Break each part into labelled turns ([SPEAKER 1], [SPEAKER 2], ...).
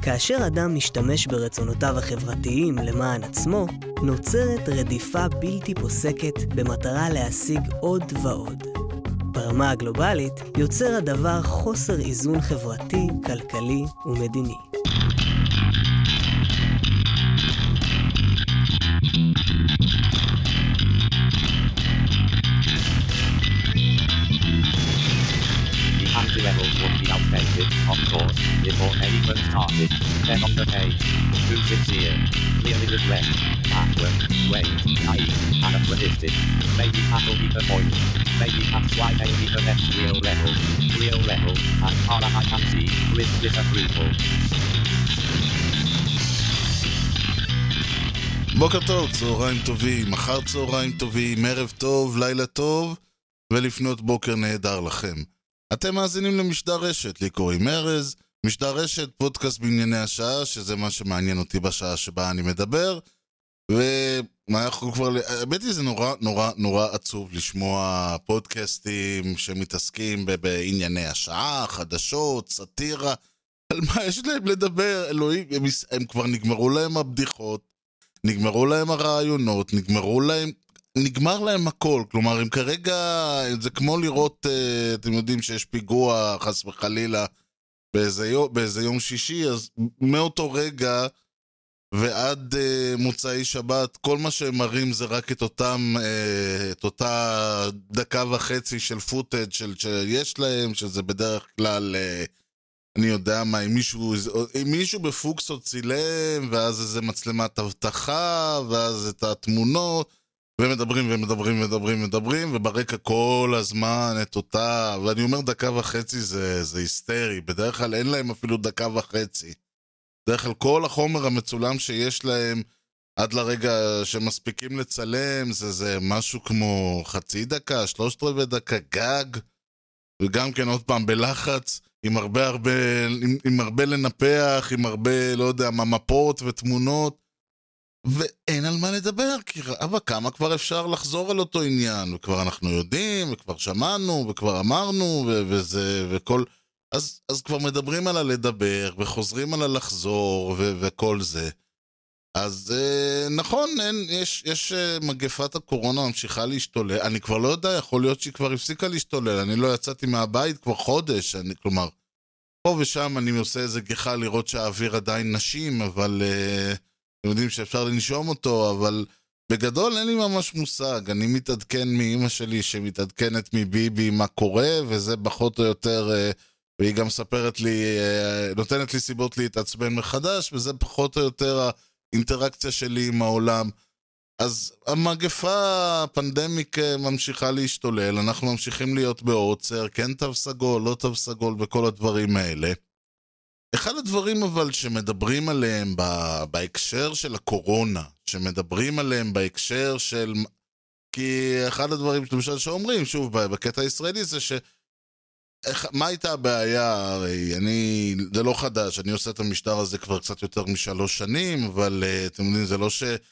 [SPEAKER 1] כאשר אדם משתמש ברצונותיו החברתיים למען עצמו, נוצרת רדיפה בלתי פוסקת במטרה להשיג עוד ועוד. ברמה הגלובלית יוצר הדבר חוסר איזון חברתי, כלכלי ומדיני.
[SPEAKER 2] Levels would be outdated, of course, before they even started. Then on the page, too sincere, clearly regret, backward, way, naive, anachronistic. Maybe that'll be the point. Maybe that's why they need the next real level, as far as I can see, with disapproval.
[SPEAKER 3] בוקר טוב, צהריים טובים, מחר צהריים טובים, ערב טוב, לילה טוב, ולפנות בוקר נהדר לכם. אתם מאזינים למשדר רשת, לי קוראים ארז, משדר רשת, פודקאסט בענייני השעה, שזה מה שמעניין אותי בשעה שבה אני מדבר, ואנחנו כבר, האמת היא זה נורא עצוב לשמוע פודקאסטים שמתעסקים בענייני השעה, חדשות, סאטירה, על מה יש להם לדבר, אלוהים, הם כבר נגמרו להם הבדיחות, נגמרו להם הרעיונות, נגמר להם הכל, כלומר אם כרגע זה כמו לראות, אתם יודעים שיש פיגוע חס וחלילה באיזה יום שישי, אז מאותו רגע ועד מוצאי שבת כל מה שהם מראים זה רק את אותה דקה וחצי של פוטאג' שיש להם, שזה בדרך כלל אני יודע מה, אם מישהו בפוקסו צילם ואז איזה מצלמת אבטחה ואז את התמונות ומדברים, וברקע כל הזמן את אותה, ואני אומר דקה וחצי זה היסטרי, בדרך כלל אין להם אפילו דקה וחצי. בדרך כלל כל החומר המצולם שיש להם, עד לרגע שמספיקים לצלם, זה משהו כמו חצי דקה, 3/4 דקה גג, וגם כן עוד פעם בלחץ, עם הרבה לנפח, עם הרבה, לא יודע, מפות ותמונות, ואין על מה לדבר, כי אבל כמה כבר אפשר לחזור על אותו עניין, וכבר אנחנו יודעים, וכבר שמענו, וכבר אמרנו, וכל, אז כבר מדברים על הלדבר, וחוזרים על הלחזור, וכל זה. אז נכון, יש מגפת הקורונה ממשיכה להשתולל, אני כבר לא יודע, יכול להיות שהיא כבר הפסיקה להשתולל, אני לא יצאתי מהבית כבר חודש, כלומר, פה ושם אני עושה איזה גיחה לראות שהאוויר עדיין נשים, אבל אתם יודעים שאפשר לנשום אותו, אבל בגדול אין לי ממש מושג. אני מתעדכן מאמא שלי שמתעדכנת מביבי מה קורה, וזה פחות או יותר, והיא גם ספרת לי, נותנת לי סיבות להתעצבן מחדש, וזה פחות או יותר האינטראקציה שלי עם העולם. אז המגפה, הפנדמיק ממשיכה להשתולל, אנחנו ממשיכים להיות בעוצר, כן תו סגול, לא תו סגול, וכל הדברים האלה. אחד הדברים אבל שמדברים עליהם בהקשר של הקורונה, שמדברים עליהם בהקשר של, כי אחד הדברים למשל שאומרים, שוב בקטע הישראלי זה מה הייתה הבעיה, הרי זה לא חדש, אני עושה את המשטר הזה כבר קצת יותר מ3 שנים, אבל אתם יודעים זה לא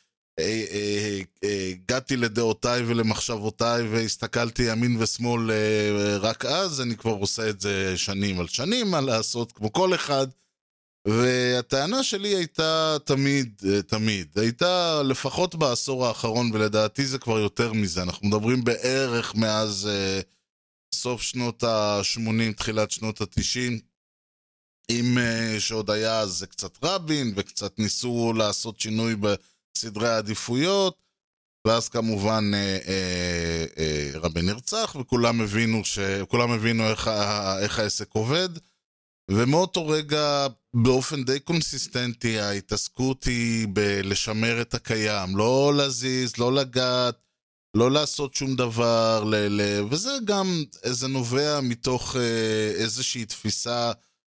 [SPEAKER 3] שהגעתי לדעותיי ולמחשבותיי והסתכלתי ימין ושמאל רק אז, אני כבר עושה את זה שנים על שנים, מה לעשות כמו כל אחד, והטענה שלי הייתה תמיד, הייתה לפחות בעשור האחרון, ולדעתי זה כבר יותר מזה, אנחנו מדברים בערך מאז סוף שנות ה-80, תחילת שנות ה-90, עם שעוד היה זה קצת רבין, וקצת ניסו לעשות שינוי בסדרי העדיפויות, ואז כמובן רבין נרצח, וכולם הבינו איך העסק עובד, ומאותו רגע באופן די קונסיסטנטי ההתעסקות היא בלשמר את הקיים, לא להזיז, לא לגעת, לא לעשות שום דבר, וזה גם איזה נובע מתוך איזושהי תפיסה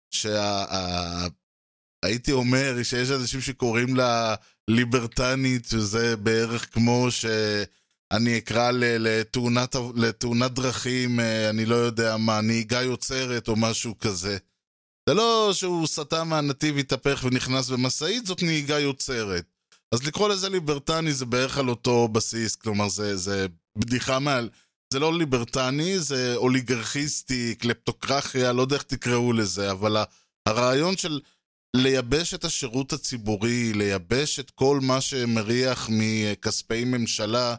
[SPEAKER 3] הייתי אומר שיש אנשים שקוראים לה ליברטנית, וזה בערך כמו שאני אקרא לתאונת דרכים, אני לא יודע מה, נהיגה יוצרת או משהו כזה. זה לא שהוא סטה מהנתיב, התהפך ונכנס במסעית, זאת נהיגה יוצרת. אז לקרוא לזה ליברטני זה בערך על אותו בסיס, כלומר זה בדיחה מעל, זה לא ליברטני, זה אוליגרכיסטי, קלפטוקרחיה, לא יודע איך תקראו לזה, אבל הרעיון של לייבש את השירות הציבורי, לייבש את כל מה שמריח מכספי ממשלה,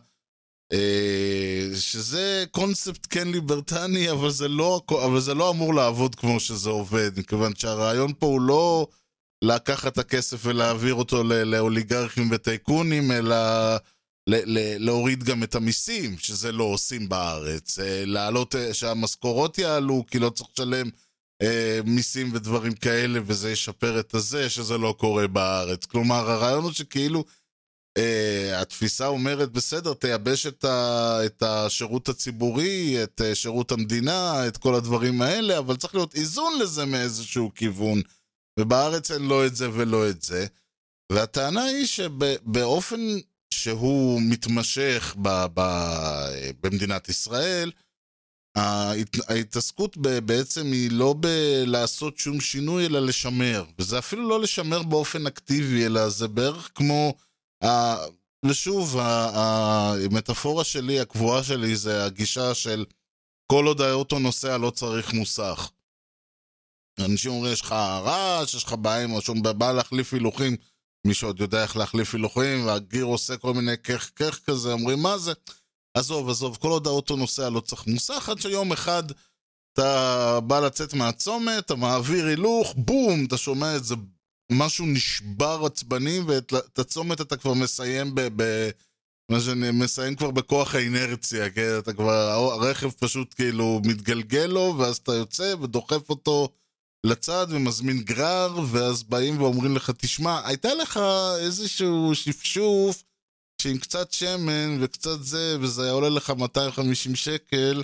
[SPEAKER 3] שזה קונספט כן ליברטני, אבל זה לא אמור לעבוד כמו שזה עובד, מכיוון שהרעיון פה הוא לא לקחת את הכסף ולהעביר אותו לאוליגרכים וטייקונים, אלא להוריד גם את המיסים, שזה לא עושים בארץ, להעלות שהמשכורות יעלו, כי לא צריך לשלם מיסים ודברים כאלה, וזה ישפר את הזה, שזה לא קורה בארץ. כלומר, הרעיון הוא שכאילו התפיסה אומרת, בסדר, תייבש את השירות הציבורי, את שירות המדינה, את כל הדברים האלה, אבל צריך להיות איזון לזה מאיזשהו כיוון, ובארץ אין לא את זה ולא את זה. והטענה היא שבאופן שהוא מתמשך במדינת ישראל, ההתעסקות בעצם היא לא בלעשות שום שינוי, אלא לשמר. וזה אפילו לא לשמר באופן אקטיבי, אלא זה בערך כמו, ושוב, המטאפורה שלי, הקבועה שלי, זה הגישה של כל עוד האוטו נוסע לא צריך מוסך. אנשים אומרים, יש לך רעש, יש לך בעיה, או שום בא להחליף הילוכים, מי שעוד יודע איך להחליף הילוכים, והגיר עושה כל מיני כך כזה, אומרים, מה זה? עזוב, כל עוד האוטו נוסע לא צריך מוסך, עד שיום אחד אתה בא לצאת מהצומת, אתה מעביר הילוך, בום, אתה שומע את זה, משהו נשבר עצבני, ואת הצומת אתה כבר מסיים מסיים כבר בכוח האינרציה, כן? אתה כבר, הרכב פשוט כאילו מתגלגל לו, ואז אתה יוצא ודוחף אותו לצד ומזמין גרר, ואז באים ואומרים לך, תשמע, הייתה לך איזשהו שפשוף, שעם קצת שמן וקצת זה, וזה היה עולה לך 250 שקל,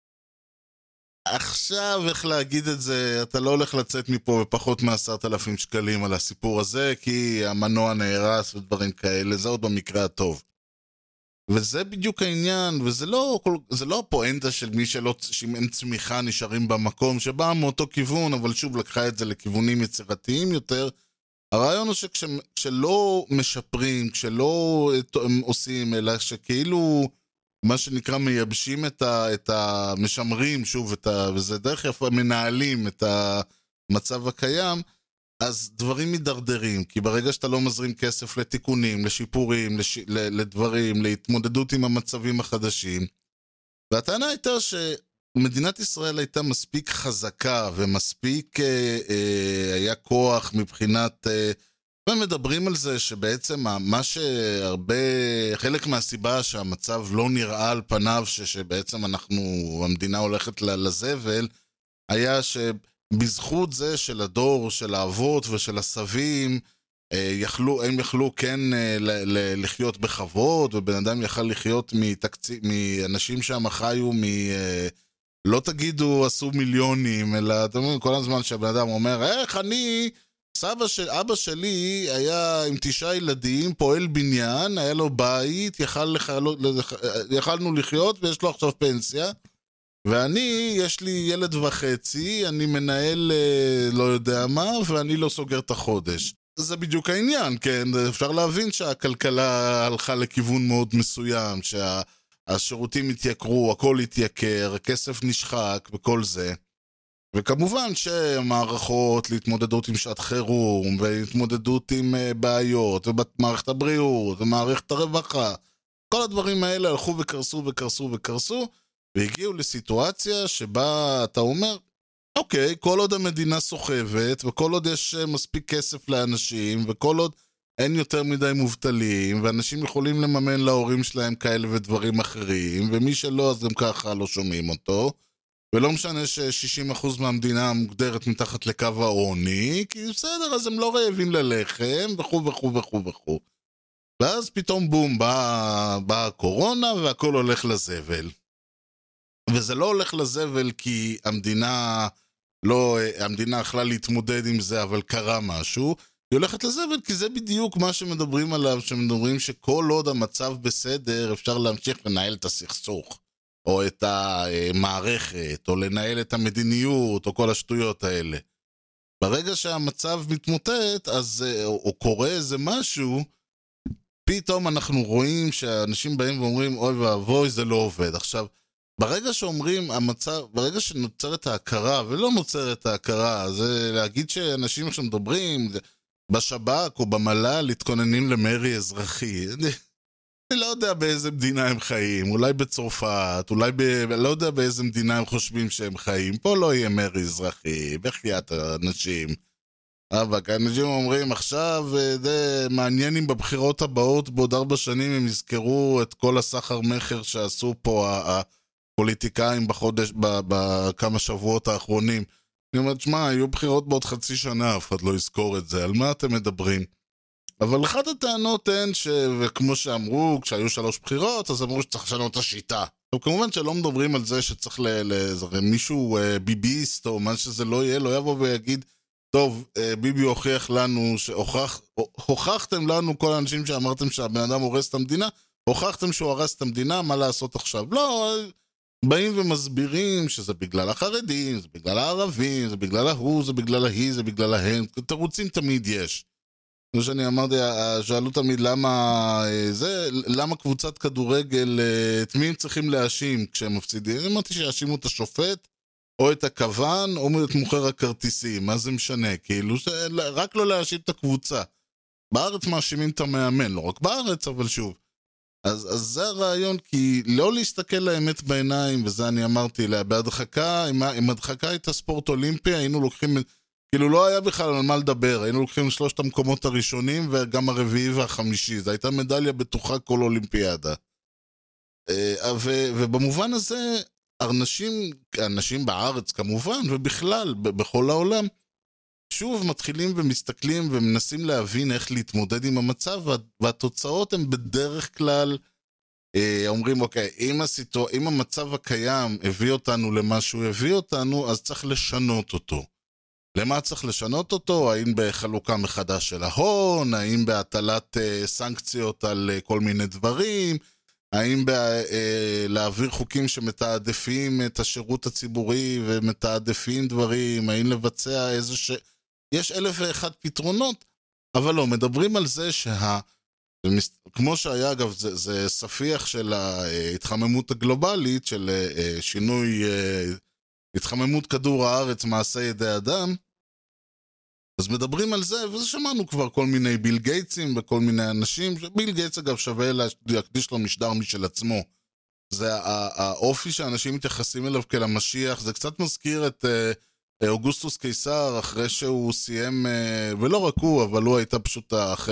[SPEAKER 3] עכשיו איך להגיד את זה, אתה לא הולך לצאת מפה בפחות מ10,000 שקלים על הסיפור הזה, כי המנוע נהרס ודברים כאלה, זה עוד במקרה הטוב. וזה בדיוק העניין, וזה לא הפואנטה של מי שאם אין צמיחה נשארים במקום, שבאה מאותו כיוון, אבל שוב לקחה את זה לכיוונים יצירתיים יותר. הרעיון הוא שכשלא משפרים, כשלא עושים, אלא שכאילו מה שנקרא מייבשים את המשמרים, שוב, וזה דרך יפה, מנהלים את המצב הקיים, אז דברים מדרדרים, כי ברגע שאתה לא מזרים כסף לתיקונים, לשיפורים, לדברים, להתמודדות עם המצבים החדשים, והטענה הייתה שמדינת ישראל הייתה מספיק חזקה, ומספיק היה כוח מבחינת, ומדברים על זה שבעצם מה חלק מהסיבה שהמצב לא נראה על פניו, שבעצם המדינה הולכת לזבל, היה בזכות זה של הדור, של האבות ושל הסבים, הם יכלו כן לחיות בכבוד, ובן אדם יכל לחיות מאנשים שם חיו, לא תגידו עשו מיליונים, אלא אתם אומרים כל הזמן שהבן אדם אומר, איך אבא שלי היה עם 9 ילדים, פועל בניין, היה לו בית, יכלנו לחיות ויש לו עכשיו פנסיה, ואני, יש לי ילד וחצי, אני מנהל לא יודע מה, ואני לא סוגר את החודש. זה בדיוק העניין, כן? אפשר להבין שהכלכלה הלכה לכיוון מאוד מסוים, שהשירותים התייקרו, הכל התייקר, הכסף נשחק וכל זה. וכמובן שמערכות להתמודדות עם שעת חירום, והתמודדות עם בעיות, ומערכת הבריאות, ומערכת הרווחה, כל הדברים האלה הלכו וקרסו, והגיעו לסיטואציה שבה אתה אומר, אוקיי, כל עוד המדינה סוחבת, וכל עוד יש מספיק כסף לאנשים, וכל עוד אין יותר מדי מובטלים, ואנשים יכולים לממן להורים שלהם כאלה ודברים אחרים, ומי שלא אז גם ככה לא שומעים אותו, ולא משנה ש60% מהמדינה מוגדרת מתחת לקו העוני, כי בסדר, אז הם לא רעבים ללחם, וכו'. ואז פתאום בום, באה הקורונה, והכל הולך לזבל. וזה לא הולך לזבל כי המדינה יכלה להתמודד עם זה, אבל קרה משהו. היא הולכת לזבל כי זה בדיוק מה שמדברים עליו, שמדברים שכל עוד המצב בסדר, אפשר להמשיך לנהל את הסכסוך, או את המערכת, או לנהל את המדיניות, או כל השטויות האלה. ברגע שהמצב מתמוטט, או קורה איזה משהו, פתאום אנחנו רואים שאנשים באים ואומרים, אוי ואבוי, זה לא עובד. עכשיו, ברגע שאומרים המצב, ברגע שנוצרת ההכרה, ולא נוצרת ההכרה, זה להגיד שאנשים שמדברים בשב"כ או במל"ל להתכוננים למרי אזרחי. אני לא יודע באיזה מדינה הם חיים, אולי בצרפת, לא יודע באיזה מדינה הם חושבים שהם חיים. פה לא יהיה מרי אזרחי, בחיית האנשים. אבל אנשים אומרים, עכשיו זה מעניין אם בבחירות הבאות בעוד 4 שנים הם יזכרו את כל הסחר מחר שעשו פה הפוליטיקאים בכמה שבועות האחרונים. אני אומר, שמע, היו בחירות בעוד חצי שנה, אף אחד לא יזכור את זה, על מה אתם מדברים? אבל אחת הטענות הן וכמו שאמרו, כשהיו 3 בחירות, אז אמרו שצריך לשנות את השיטה. טוב, כמובן שלא מדברים על זה שצריך מישהו ביביסט או מה שזה לא יהיה, לא יבוא ויגיד, טוב, ביבי הוכיח לנו, הוכחתם לנו כל האנשים שאמרתם שהבן אדם הורס את המדינה, הוכחתם שהוא הרס את המדינה, מה לעשות עכשיו? לא, באים ומסבירים שזה בגלל החרדים, זה בגלל הערבים, זה בגלל ההוא, זה בגלל ההיא, זה בגלל ההם, תירוצים תמיד יש. כמו שאני אמרתי, שאלו תמיד למה קבוצת כדורגל, את מי הם צריכים להאשים כשהם מפסידים? אמרתי שיאשימו את השופט, או את הכוון, או את מוכר הכרטיסים, מה זה משנה? כאילו, רק לא להאשים את הקבוצה. בארץ מאשימים את המאמן, לא רק בארץ, אבל שוב. אז זה הרעיון, כי לא להסתכל לאמת בעיניים, וזה אני אמרתי לה, בהדחקה, אם הדחקה הייתה ספורט אולימפי, היינו לוקחים, כאילו לא היה בכלל על מה לדבר, היינו לוקחים 3 המקומות הראשונים, וגם הרביעי והחמישי, זו הייתה מדליה בטוחה כל אולימפיאדה. ובמובן הזה, אנשים בארץ כמובן, ובכלל, בכל העולם, שוב מתחילים ומסתכלים ומנסים להבין איך להתמודד עם המצב, והתוצאות הן בדרך כלל, אומרים, אוקיי, אם המצב הקיים הביא אותנו למה שהוא הביא אותנו, אז צריך לשנות אותו. למה צריך לשנות אותו? האם בחלוקה מחדש של ההון? האם בהטלת סנקציות על כל מיני דברים? האם להעביר חוקים שמתעדפים את השירות הציבורי ומתעדפים דברים? האם לבצע יש 1,001 פתרונות, אבל לא, מדברים על זה כמו שהיה, אגב, זה ספיח של ההתחממות הגלובלית, של שינוי, התחממות כדור הארץ, מעשה ידי אדם, אז מדברים על זה, וזה שמענו כבר כל מיני ביל גייטסים וכל מיני אנשים, ביל גייטס אגב שווה להקדיש לו משדר משל עצמו. זה האופי שאנשים מתייחסים אליו כאל המשיח, זה קצת מזכיר את אוגוסטוס קיסר, אחרי שהוא סיים, ולא רק הוא, אבל הוא הייתה פשוט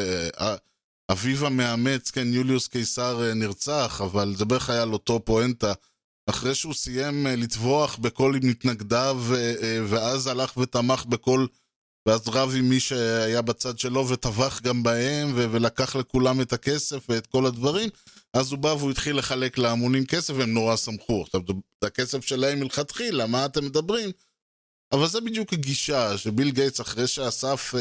[SPEAKER 3] אביו המאמץ, כן, יוליוס קיסר נרצח, אבל זה בערך היה לו אותו פואנטה, אחרי שהוא סיים לטבוח בכל מתנגדיו, ואז הלך ותמך בכל, ואז רב עם מי שהיה בצד שלו וטבח גם בהם, ולקח לכולם את הכסף ואת כל הדברים, אז הוא בא והוא התחיל לחלק להמונים כסף, והם נורא שמחו. עכשיו, זה הכסף שלהם מלכתחילה, מה אתם מדברים? אבל זה בדיוק הגישה, שביל גייטס אחרי שאסף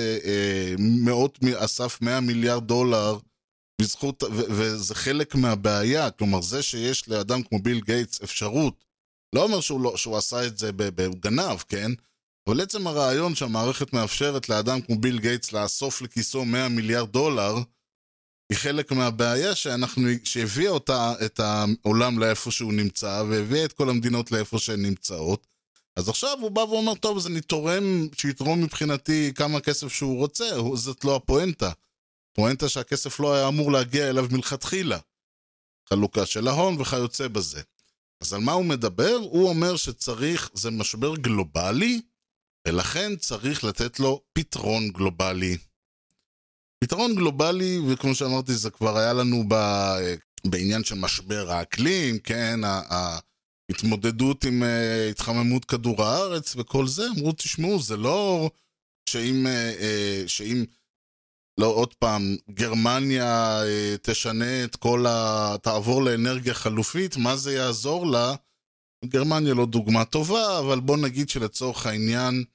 [SPEAKER 3] אסף 100 מיליארד דולר, בזכות, וזה חלק מהבעיה, כלומר זה שיש לאדם כמו ביל גייטס אפשרות, לא אומר שהוא עשה את זה בגנב, כן? אבל עצם הרעיון שהמערכת מאפשרת לאדם כמו ביל גייטס לאסוף לכיסו 100 מיליארד דולר, היא חלק מהבעיה שהביאה את העולם לאיפה שהוא נמצא, והביאה את כל המדינות לאיפה שהן נמצאות. אז עכשיו הוא בא ואומר, טוב, אז אני תורם, שיתרום מבחינתי כמה כסף שהוא רוצה, זאת לא הפואנטה. פואנטה שהכסף לא היה אמור להגיע אליו מלכתחילה. חלוקה של ההון וכיוצא בזה. אז על מה הוא מדבר? הוא אומר שצריך, זה משבר גלובלי, ולכן צריך לתת לו פתרון גלובלי. פתרון גלובלי, וכמו שאמרתי, זה כבר היה לנו בעניין של משבר האקלים, כן, ההתמודדות עם התחממות כדור הארץ וכל זה, אמרו, תשמעו, זה לא שאם לא עוד פעם, גרמניה תשנה את כל תעבור לאנרגיה חלופית, מה זה יעזור לה? גרמניה לא דוגמה טובה, אבל בוא נגיד שלצורך העניין,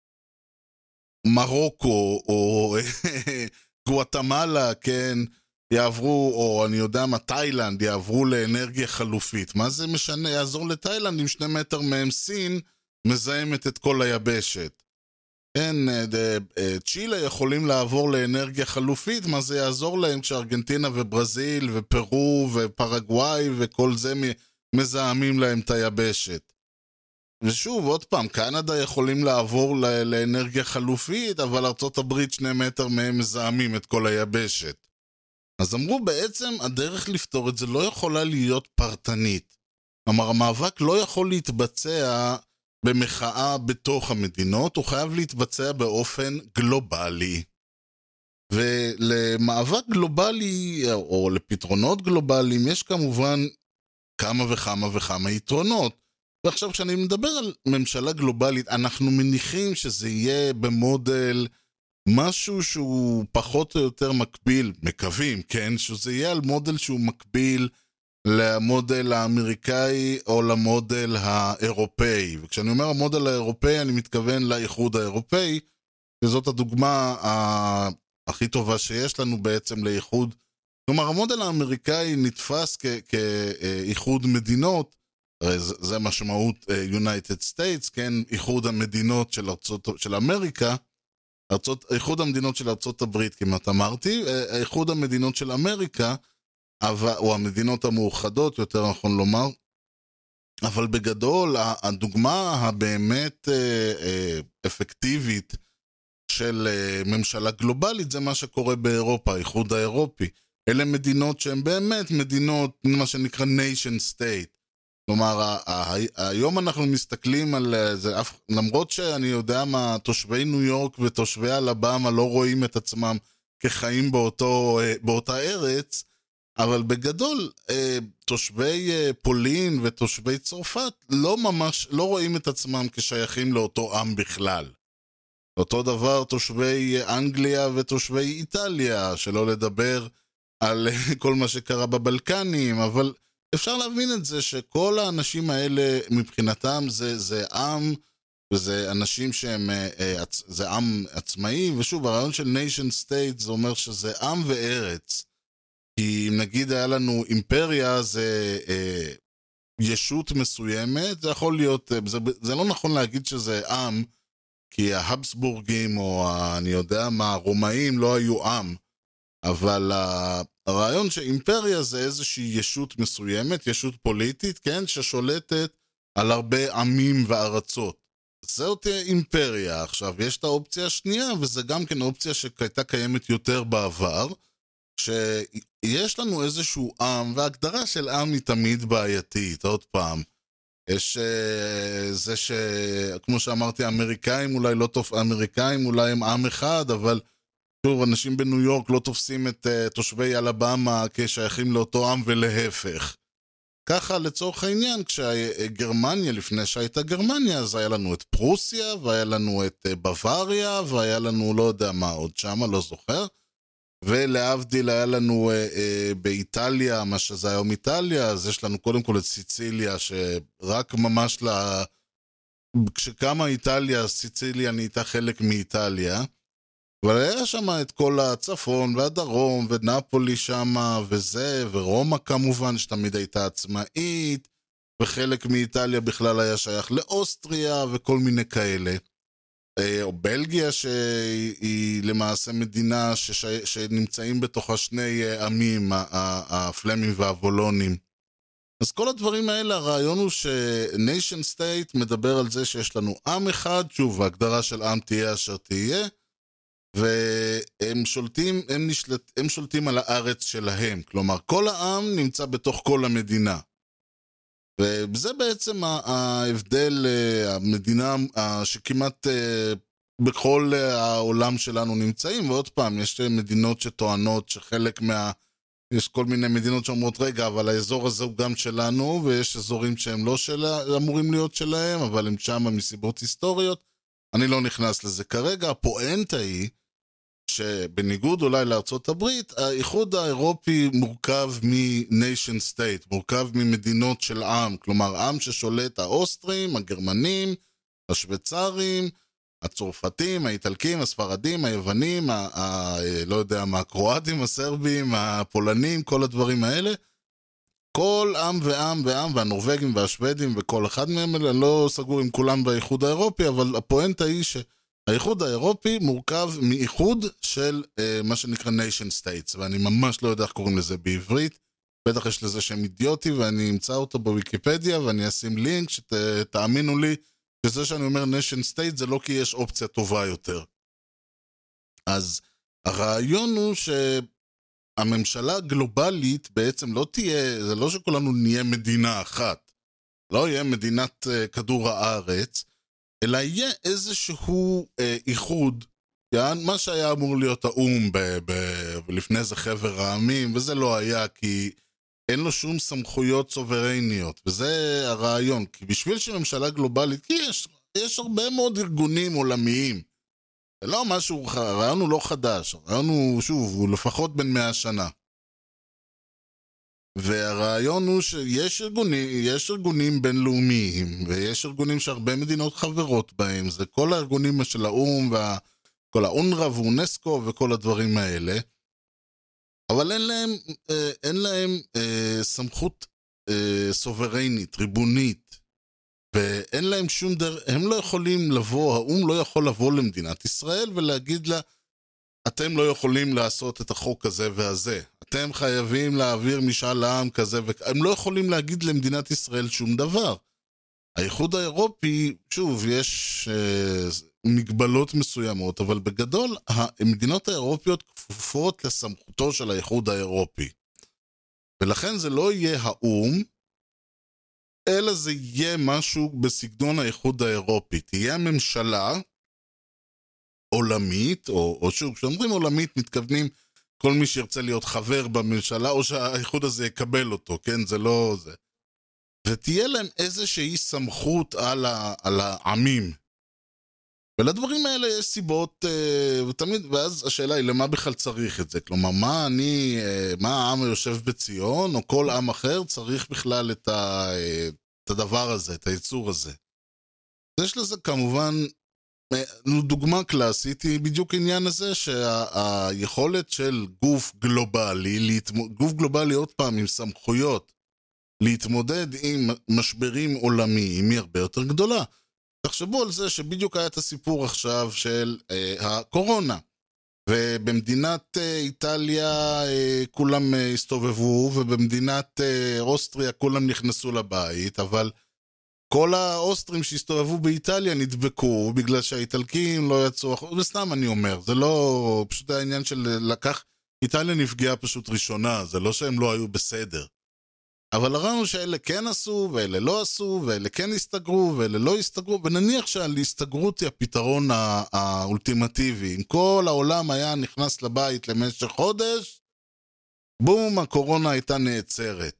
[SPEAKER 3] מרוקו או גואטמלה, כן, יעברו, או אני יודע מה, תאילנד, יעברו לאנרגיה חלופית. מה זה משנה? יעזור לתאילנד עם 2 מטר מהם סין, מזהמת את כל היבשת. כן, צ'ילה יכולים לעבור לאנרגיה חלופית, מה זה יעזור להם כשארגנטינה וברזיל ופרו ופרגוואי וכל זה מזהמים להם את היבשת. ושוב, עוד פעם, קנדה יכולים לעבור לאנרגיה חלופית, אבל ארצות הברית 2 מטר מהם מזהמים את כל היבשת. אז אמרו בעצם, הדרך לפתור את זה לא יכולה להיות פרטנית. כלומר, המאבק לא יכול להתבצע במחאה בתוך המדינות, הוא חייב להתבצע באופן גלובלי. ולמאבק גלובלי, או לפתרונות גלובליים, יש כמובן כמה וכמה יתרונות. ועכשיו כשאני מדבר על ממשלה גלובלית, אנחנו מניחים שזה יהיה במודל משהו שהוא פחות או יותר מקביל, מקווים, כן? שזה יהיה על מודל שהוא מקביל למודל האמריקאי או למודל האירופאי. וכשאני אומר המודל האירופאי, אני מתכוון לאיחוד האירופאי, וזאת הדוגמה הכי טובה שיש לנו בעצם לאיחוד. כלומר, המודל האמריקאי נתפס כאיחוד מדינות, הרי זה משמעות United States, כן? איחוד המדינות של אמריקה, איחוד המדינות של ארצות הברית, כמעט אמרתי, איחוד המדינות של אמריקה, או המדינות המאוחדות, יותר נכון לומר, אבל בגדול, הדוגמה הבאמת אפקטיבית של ממשלה גלובלית, זה מה שקורה באירופה, האיחוד האירופי. אלה מדינות שהן באמת מדינות, מה שנקרא nation state. כלומר, היום אנחנו מסתכלים על זה, למרות שאני יודע מה, תושבי ניו יורק ותושבי אלבמה לא רואים את עצמם כחיים באותה ארץ, אבל בגדול, תושבי פולין ותושבי צרפת לא רואים את עצמם כשייכים לאותו עם בכלל. אותו דבר תושבי אנגליה ותושבי איטליה, שלא לדבר על כל מה שקרה בבלקנים, אבל אפשר להבין את זה שכל האנשים האלה מבחינתם זה עם, וזה אנשים שהם, זה עם עצמאי, ושוב, הרעיון של nation state זה אומר שזה עם וארץ. כי אם נגיד היה לנו אימפריה, זה ישות מסוימת, זה יכול להיות, זה לא נכון להגיד שזה עם, כי ההבסבורגים או אני יודע מה, הרומאים לא היו עם, אבל הרעיון שאימפריה זה איזושהי ישות מסוימת, ישות פוליטית, כן, ששולטת על הרבה עמים וארצות. זאת אימפריה. עכשיו, יש את האופציה השנייה, וזה גם כן אופציה שהייתה קיימת יותר בעבר, שיש לנו איזשהו עם, וההגדרה של עם היא תמיד בעייתית, עוד פעם. יש זה כמו שאמרתי, האמריקאים אולי הם עם אחד, אבל שוב, אנשים בניו יורק לא תופסים את תושבי אלבמה כשייכים לאותו עם ולהפך. ככה לצורך העניין, כשגרמניה, לפני שהייתה גרמניה, אז היה לנו את פרוסיה, והיה לנו את בוואריה, והיה לנו לא יודע מה עוד שמה, לא זוכר. ולהבדיל היה לנו באיטליה, מה שזה היום איטליה, אז יש לנו קודם כל את סיציליה, שרק ממש כשקמה איטליה, סיציליה נהייתה חלק מאיטליה, אבל היה שם את כל הצפון והדרום, ונפולי שם, ורומא כמובן, שתמיד הייתה עצמאית, וחלק מאיטליה בכלל היה שייך לאוסטריה, וכל מיני כאלה. או בלגיה שהיא למעשה מדינה שנמצאים בתוכה שני עמים, הפלמים והוולונים. אז כל הדברים האלה, הרעיון הוא ש-nation state מדבר על זה שיש לנו עם אחד, שוב, ההגדרה של עם תהיה אשר תהיה, והם שולטים על הארץ שלהם. כלומר, כל העם נמצא בתוך כל המדינה. וזה בעצם ההבדל, המדינה שכמעט בכל העולם שלנו נמצאים, ועוד פעם, יש מדינות שטוענות שחלק יש כל מיני מדינות שאומרות, רגע, אבל האזור הזה הוא גם שלנו, ויש אזורים שהם לא אמורים להיות שלהם, אבל הם שם מסיבות היסטוריות. אני לא נכנס לזה כרגע. הפואנטה היא שבניגוד אולי לארצות הברית, האיחוד האירופי מורכב מ-nation state, מורכב ממדינות של עם, כלומר עם ששולט האוסטרים, הגרמנים, השוויצרים, הצרפתים, האיטלקים, הספרדים, היוונים, לא יודע מה, הקרואטים, הסרבים, הפולנים, כל הדברים האלה. כל עם ועם ועם, והנורווגים והשוודים וכל אחד מהם, אני לא סגור עם כולם באיחוד האירופי, אבל הפואנטה היא שהאיחוד האירופי מורכב מאיחוד של מה שנקרא nation states, ואני ממש לא יודע איך קוראים לזה בעברית, בטח יש לזה שם אידיוטי, ואני אמצא אותו בוויקיפדיה, ואני אשים לינק, שתאמינו לי, שזה שאני אומר nation state, זה לא כי יש אופציה טובה יותר. אז הרעיון הוא שהממשלה הגלובלית בעצם לא תהיה, זה לא שכולנו נהיה מדינה אחת, לא יהיה מדינת כדור הארץ, אלא יהיה איזשהו איחוד, מה שהיה אמור להיות האום לפני זה חבר העמים, וזה לא היה כי אין לו שום סמכויות סוברניות, וזה הרעיון, כי בשביל שממשלה גלובלית, כי יש הרבה מאוד ארגונים עולמיים, זה לא משהו, הרעיון הוא לא חדש, הרעיון הוא, שוב, הוא לפחות בין 100 שנה. והרעיון הוא שיש ארגונים בינלאומיים, ויש ארגונים שהרבה מדינות חברות בהם, זה כל הארגונים של האום, כל האונר"א ואונסקו וכל הדברים האלה, אבל אין להם סמכות סוברנית, ריבונית, ואין להם שום הם לא יכולים לבוא, האום לא יכול לבוא למדינת ישראל ולהגיד לה, אתם לא יכולים לעשות את החוק הזה והזה, אתם חייבים להעביר משאל העם כזה, והם לא יכולים להגיד למדינת ישראל שום דבר. האיחוד האירופי, שוב, יש מגבלות מסוימות, אבל בגדול המדינות האירופיות כפופות לסמכותו של האיחוד האירופי. ולכן זה לא יהיה האום, אלא זה יהיה משהו בסגנון האיחוד האירופי. תהיה ממשלה עולמית, או שוב, כשאומרים עולמית מתכוונים כל מי שירצה להיות חבר בממשלה, או שהאיחוד הזה יקבל אותו, כן? זה לא זה. ותהיה להם איזושהי סמכות על העמים. ולדברים האלה יש סיבות, ותמיד, ואז השאלה היא, למה בכלל צריך את זה? כלומר, מה העם היושב בציון, או כל עם אחר צריך בכלל את הדבר הזה, את היצור הזה. יש לזה כמובן, דוגמה קלאסית היא בדיוק עניין הזה, שהיכולת של גוף גלובלי עוד פעם עם סמכויות, להתמודד עם משברים עולמיים היא הרבה יותר גדולה. תחשבו על זה שבדיוק היה את הסיפור עכשיו של הקורונה, ובמדינת איטליה כולם הסתובבו, ובמדינת אוסטריה כולם נכנסו לבית, אבל כל האוסטרים שהסתובבו באיטליה נדבקו, בגלל שהאיטלקים לא יצאו, וסתם אני אומר, זה לא פשוט העניין של איטליה נפגעה פשוט ראשונה, זה לא שהם לא היו בסדר. אבל הראינו שאלה כן עשו, ואלה לא עשו, ואלה כן הסתגרו, ואלה לא הסתגרו, ונניח שההסתגרות היא הפתרון האולטימטיבי. אם כל העולם היה נכנס לבית למשך חודש, בום, הקורונה הייתה נעצרת.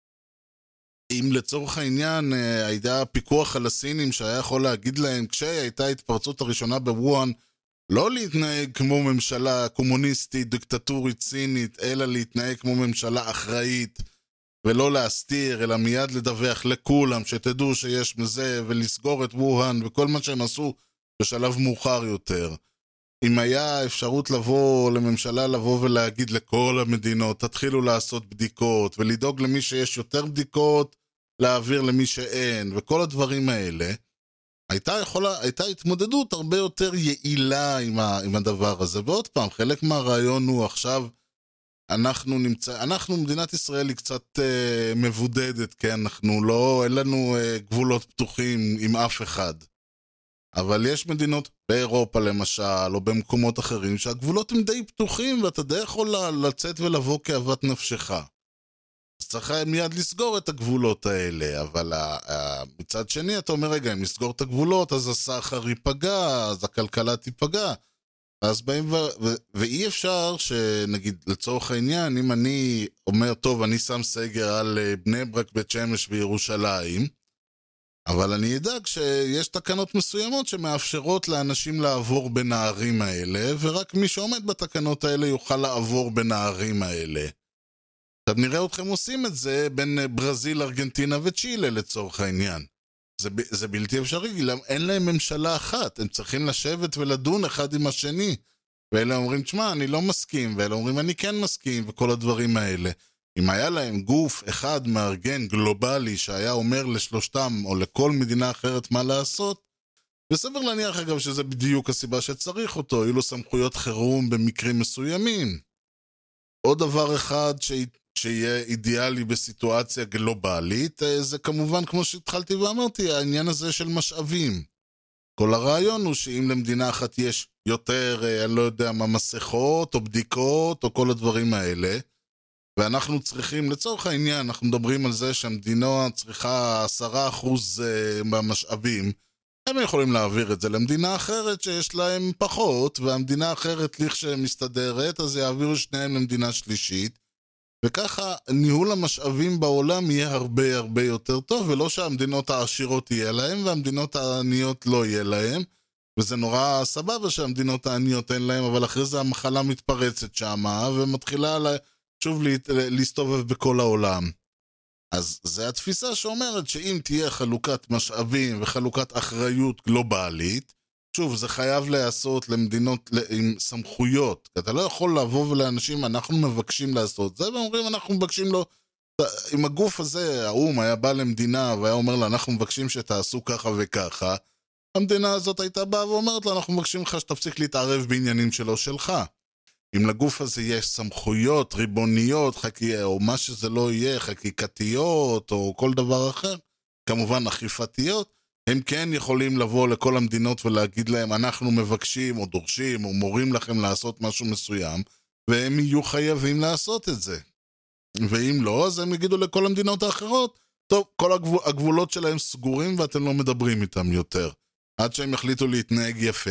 [SPEAKER 3] אם לצורך העניין הייתה פיקוח על הסינים שהיה יכול להגיד להם, כשהייתה התפרצות הראשונה בוואן, לא להתנהג כמו ממשלה קומוניסטית, דיקטטורית, סינית, אלא להתנהג כמו ממשלה אחראית, ולא להסתיר, אלא מיד לדווח לכולם, שתדעו שיש מזה, ולסגור את ווהאן, וכל מה שהם עשו בשלב מאוחר יותר. אם היה אפשרות לממשלה לבוא ולהגיד לכל המדינות, תתחילו לעשות בדיקות, ולדאוג למי שיש יותר בדיקות, להעביר למי שאין, וכל הדברים האלה, הייתה התמודדות הרבה יותר יעילה עם הדבר הזה. ועוד פעם, חלק מהרעיון הוא עכשיו, מדינת ישראל היא קצת מבודדת, כן? אין לנו גבולות פתוחים עם אף אחד. אבל יש מדינות באירופה למשל, או במקומות אחרים, שהגבולות הם די פתוחים, ואתה די יכול לצאת ולבוא כאוות נפשך. אז צריך מיד לסגור את הגבולות האלה, אבל מצד שני אתה אומר, רגע, אם נסגור את הגבולות, אז הסחר ייפגע, אז הכלכלה תיפגע. אז באים ואי אפשר שנגיד לצורך העניין, אם אני אומר, טוב, אני שם סגר על בני ברק, בית שמש וירושלים, אבל אני אדאג שיש תקנות מסוימות שמאפשרות לאנשים לעבור בין הערים האלה, ורק מי שעומד בתקנות האלה יוכל לעבור בין הערים האלה. עכשיו נראה אתכם עושים את זה בין ברזיל, ארגנטינה וצ'ילה לצורך העניין. זה בלתי אפשרי, אין להם ממשלה אחת, הם צריכים לשבת ולדון אחד עם השני, ואלה אומרים, תשמע, אני לא מסכים, ואלה אומרים, אני כן מסכים, וכל הדברים האלה. אם היה להם גוף אחד מארגן גלובלי, שהיה אומר לשלושתם, או לכל מדינה אחרת מה לעשות, וסבר להניח אגב שזה בדיוק הסיבה שצריך אותו, היו לו סמכויות חירום במקרים מסוימים. עוד דבר אחד שיהיה אידיאלי בסיטואציה גלובלית, זה כמובן, כמו שהתחלתי ואמרתי, העניין הזה של משאבים. כל הרעיון הוא שאם למדינה אחת יש יותר, אני לא יודע מה, מסכות או בדיקות או כל הדברים האלה, ואנחנו צריכים, לצורך העניין, אנחנו מדברים על זה שהמדינה צריכה 10% מהמשאבים, הם יכולים להעביר את זה למדינה אחרת שיש להם פחות, והמדינה האחרת לכשמסתדרת, אז יעבירו שניהם למדינה שלישית, וככה ניהול המשאבים בעולם יהיה הרבה הרבה יותר טוב, ולא שהמדינות העשירות יהיה להם, והמדינות העניות לא יהיה להם, וזה נורא סבבה שהמדינות העניות אין להם, אבל אחרי זה המחלה מתפרצת שמה, ומתחילה שוב להסתובב בכל העולם. אז זה התפיסה שאומרת שאם תהיה חלוקת משאבים וחלוקת אחריות גלובלית, שוב, זה חייב להיעשות למדינות עם סמכויות. אתה לא יכול לבוא ולאנשים, אנחנו מבקשים לעשות זה, ואומרים, אנחנו מבקשים לו, אם הגוף הזה, האום, היה בא למדינה והיה אומר לה, אנחנו מבקשים שתעשו ככה וככה, המדינה הזאת הייתה באה ואומרת לה, אנחנו מבקשים לך שתפסיק להתערב בעניינים שלו שלך. אם לגוף הזה יש סמכויות, ריבוניות, או מה שזה לא יהיה, חקיקתיות, או כל דבר אחר, כמובן אכיפתיות, הם כן יכולים לבוא לכל המדינות ולהגיד להם, אנחנו מבקשים או דורשים או מורים לכם לעשות משהו מסוים, והם יהיו חייבים לעשות את זה. ואם לא, אז הם יגידו לכל המדינות האחרות, טוב, כל הגבולות שלהם סגורים ואתם לא מדברים איתם יותר, עד שהם יחליטו להתנהג יפה.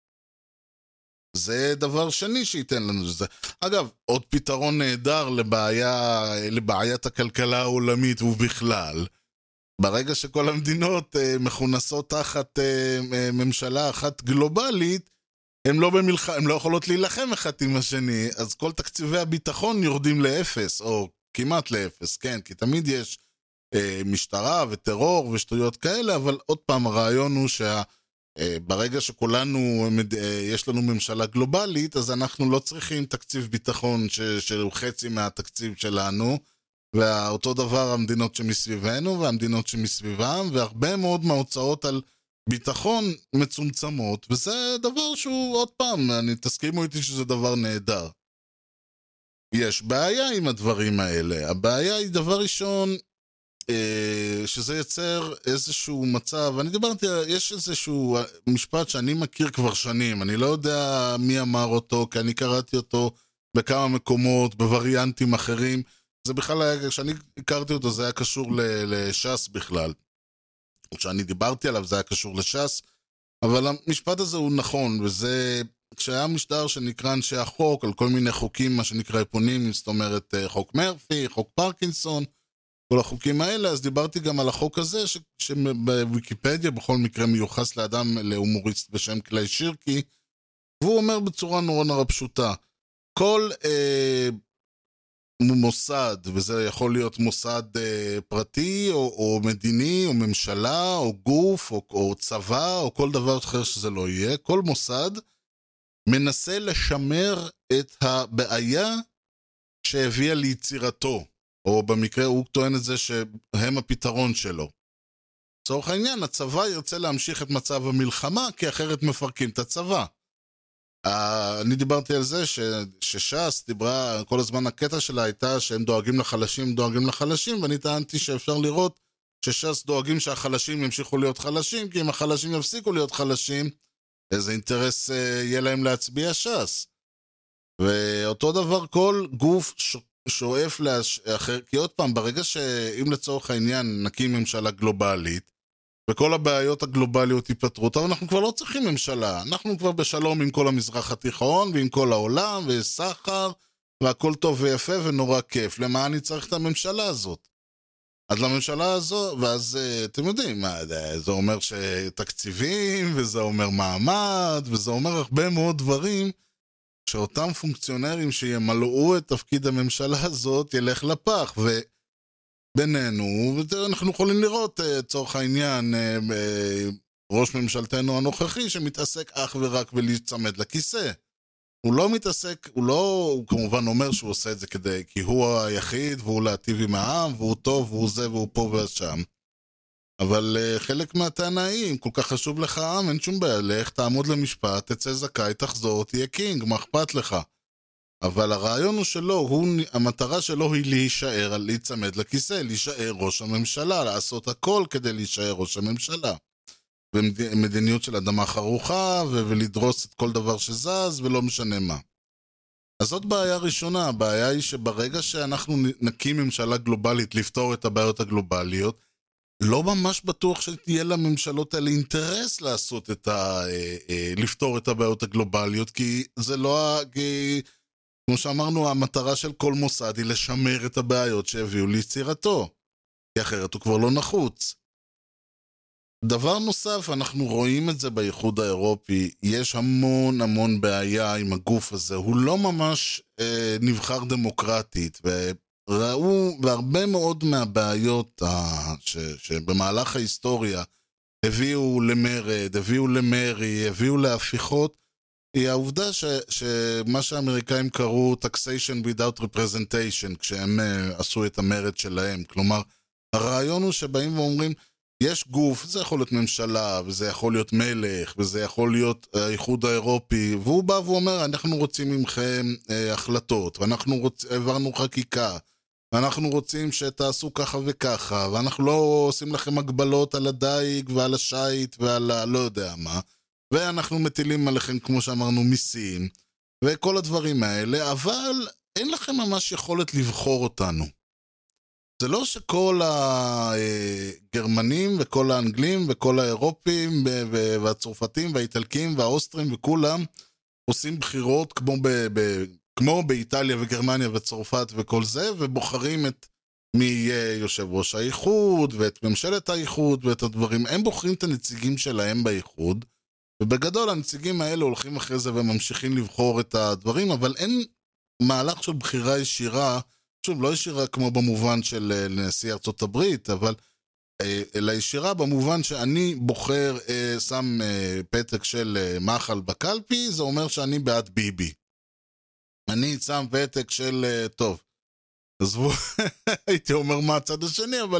[SPEAKER 3] זה דבר שני שייתן לנו זה. אגב, עוד פתרון נהדר לבעיית הכלכלה העולמית ובכלל, ברגע שכל המדינות מכונסות תחת ממשלה אחת גלובלית, הן לא יכולות להילחם אחד עם השני, אז כל תקציבי הביטחון יורדים לאפס, או כמעט לאפס, כן, כי תמיד יש משטרה וטרור ושטויות כאלה, אבל עוד פעם הרעיון הוא ברגע שכולנו, יש לנו ממשלה גלובלית, אז אנחנו לא צריכים תקציב ביטחון שהוא חצי מהתקציב שלנו, ואותו דבר המדינות שמסביבנו והמדינות שמסביבם, והרבה מאוד מההוצאות על ביטחון מצומצמות, וזה דבר שהוא, עוד פעם, תסכימו איתי שזה דבר נהדר. יש בעיה עם הדברים האלה. הבעיה היא דבר ראשון, שזה יצר איזשהו מצב, אני דיברתי, יש איזשהו משפט שאני מכיר כבר שנים, אני לא יודע מי אמר אותו, כי אני קראתי אותו בכמה מקומות, בווריאנטים אחרים, זה בכלל היה, כשאני הכרתי אותו זה היה קשור לש"ס בכלל, כשאני דיברתי עליו זה היה קשור לש"ס, אבל המשפט הזה הוא נכון, וזה כשהיה משדר שנקרא אנשי החוק, על כל מיני חוקים, מה שנקרא אפונים, זאת אומרת חוק מרפי, חוק פרקינסון, כל החוקים האלה, אז דיברתי גם על החוק הזה, שבוויקיפדיה בכל מקרה מיוחס לאדם, להומוריסט בשם קליי שירקי, והוא אומר בצורה נורא נורא פשוטה, כל מוסד, וזה יכול להיות מוסד פרטי, או מדיני, או ממשלה, או גוף, או צבא, או כל דבר אחר שזה לא יהיה, כל מוסד מנסה לשמר את הבעיה שהביאה ליצירתו, או במקרה הוא טוען את זה שהם הפתרון שלו. לצורך העניין, הצבא ירצה להמשיך את מצב המלחמה, כי אחרת מפרקים את הצבא. אני דיברתי על זה שש"ס דיברה, כל הזמן הקטע שלה הייתה שהם דואגים לחלשים, ואני טענתי שאפשר לראות שש"ס דואגים שהחלשים ימשיכו להיות חלשים, כי אם החלשים יפסיקו להיות חלשים, איזה אינטרס יהיה להם להצביע ש"ס. ואותו דבר כל גוף שואף לאחר, כי עוד פעם, ברגע שאם לצורך העניין נקים ממשלה גלובלית, וכל הבעיות הגלובליות ייפתרו, אבל אנחנו כבר לא צריכים ממשלה, אנחנו כבר בשלום עם כל המזרח התיכון, ועם כל העולם, ויש סחר, והכל טוב ויפה ונורא כיף. למה אני צריך את הממשלה הזאת? אז לממשלה הזו, ואז אתם יודעים, זה אומר שתקציבים, וזה אומר מעמד, וזה אומר הרבה מאוד דברים, שאותם פונקציונרים שימלאו את תפקיד הממשלה הזאת ילך לפח, ובינינו, אנחנו יכולים לראות צורך העניין ראש ממשלתנו הנוכחי שמתעסק אך ורק ולהצמד לכיסא. הוא לא מתעסק, הוא כמובן אומר שהוא עושה את זה כי הוא היחיד והוא להטיב עם העם והוא טוב והוא זה והוא פה ושם. אבל חלק מהטענה היא, אם כל כך חשוב לך העם, אין שום בעיה, לך תעמוד למשפט, תצא זכאי, תחזור, תהיה קינג, מה אכפת לך? אבל הרעיון הוא שלא, המטרה שלו היא להישאר, להיצמד לכיסא, להישאר ראש הממשלה, לעשות הכל כדי להישאר ראש הממשלה. ומדיניות של אדמה חרוכה, ולדרוס את כל דבר שזז, ולא משנה מה. אז זאת בעיה ראשונה, הבעיה היא שברגע שאנחנו נקים ממשלה גלובלית לפתור את הבעיות הגלובליות, לא ממש בטוח שתהיה לממשלות האלה אינטרס לעשות לפתור את הבעיות הגלובליות, כי זה לא, כמו שאמרנו, המטרה של כל מוסד היא לשמר את הבעיות שהביאו ליצירתו, כי אחרת הוא כבר לא נחוץ. דבר נוסף, אנחנו רואים את זה באיחוד האירופי, יש המון בעיה עם הגוף הזה, הוא לא ממש נבחר דמוקרטית, וראו, והרבה מאוד מהבעיות שבמהלך ההיסטוריה הביאו למרד, הביאו למרי, הביאו להפיכות, היא העובדה שמה שהאמריקאים קראו taxation without representation, כשהם עשו את המרד שלהם, כלומר, הרעיון הוא שבאים ואומרים, יש גוף, זה יכול להיות ממשלה, וזה יכול להיות מלך, וזה יכול להיות האיחוד האירופי, והוא בא ואומר, אנחנו רוצים ממכם החלטות, ואנחנו העברנו חקיקה, ואנחנו רוצים שתעשו ככה וככה, ואנחנו לא עושים לכם הגבלות על הדייג ועל השייט ועל לא יודע מה, ואנחנו מטילים עליכם, כמו שאמרנו, מיסים, וכל הדברים האלה, אבל אין לכם ממש יכולת לבחור אותנו. זה לא שכל הגרמנים וכל האנגלים וכל האירופים והצרפתים והאיטלקים והאוסטרים וכולם עושים בחירות כמו באיטליה וגרמניה וצרפת וכל זה, ובוחרים את מי יהיה יושב ראש האיחוד ואת ממשלת האיחוד ואת הדברים. הם בוחרים את הנציגים שלהם באיחוד, ובגדול הנציגים האלה הולכים אחרי זה וממשיכים לבחור את הדברים, אבל אין מהלך של בחירה ישירה, שוב, לא ישירה כמו במובן של נשיא ארצות הברית, אבל אלא ישירה במובן שאני בוחר, שם פתק של מחל בקלפי, זה אומר שאני בעד ביבי. אני שם פתק של, טוב, עזבו, הייתי אומר מה הצד השני, אבל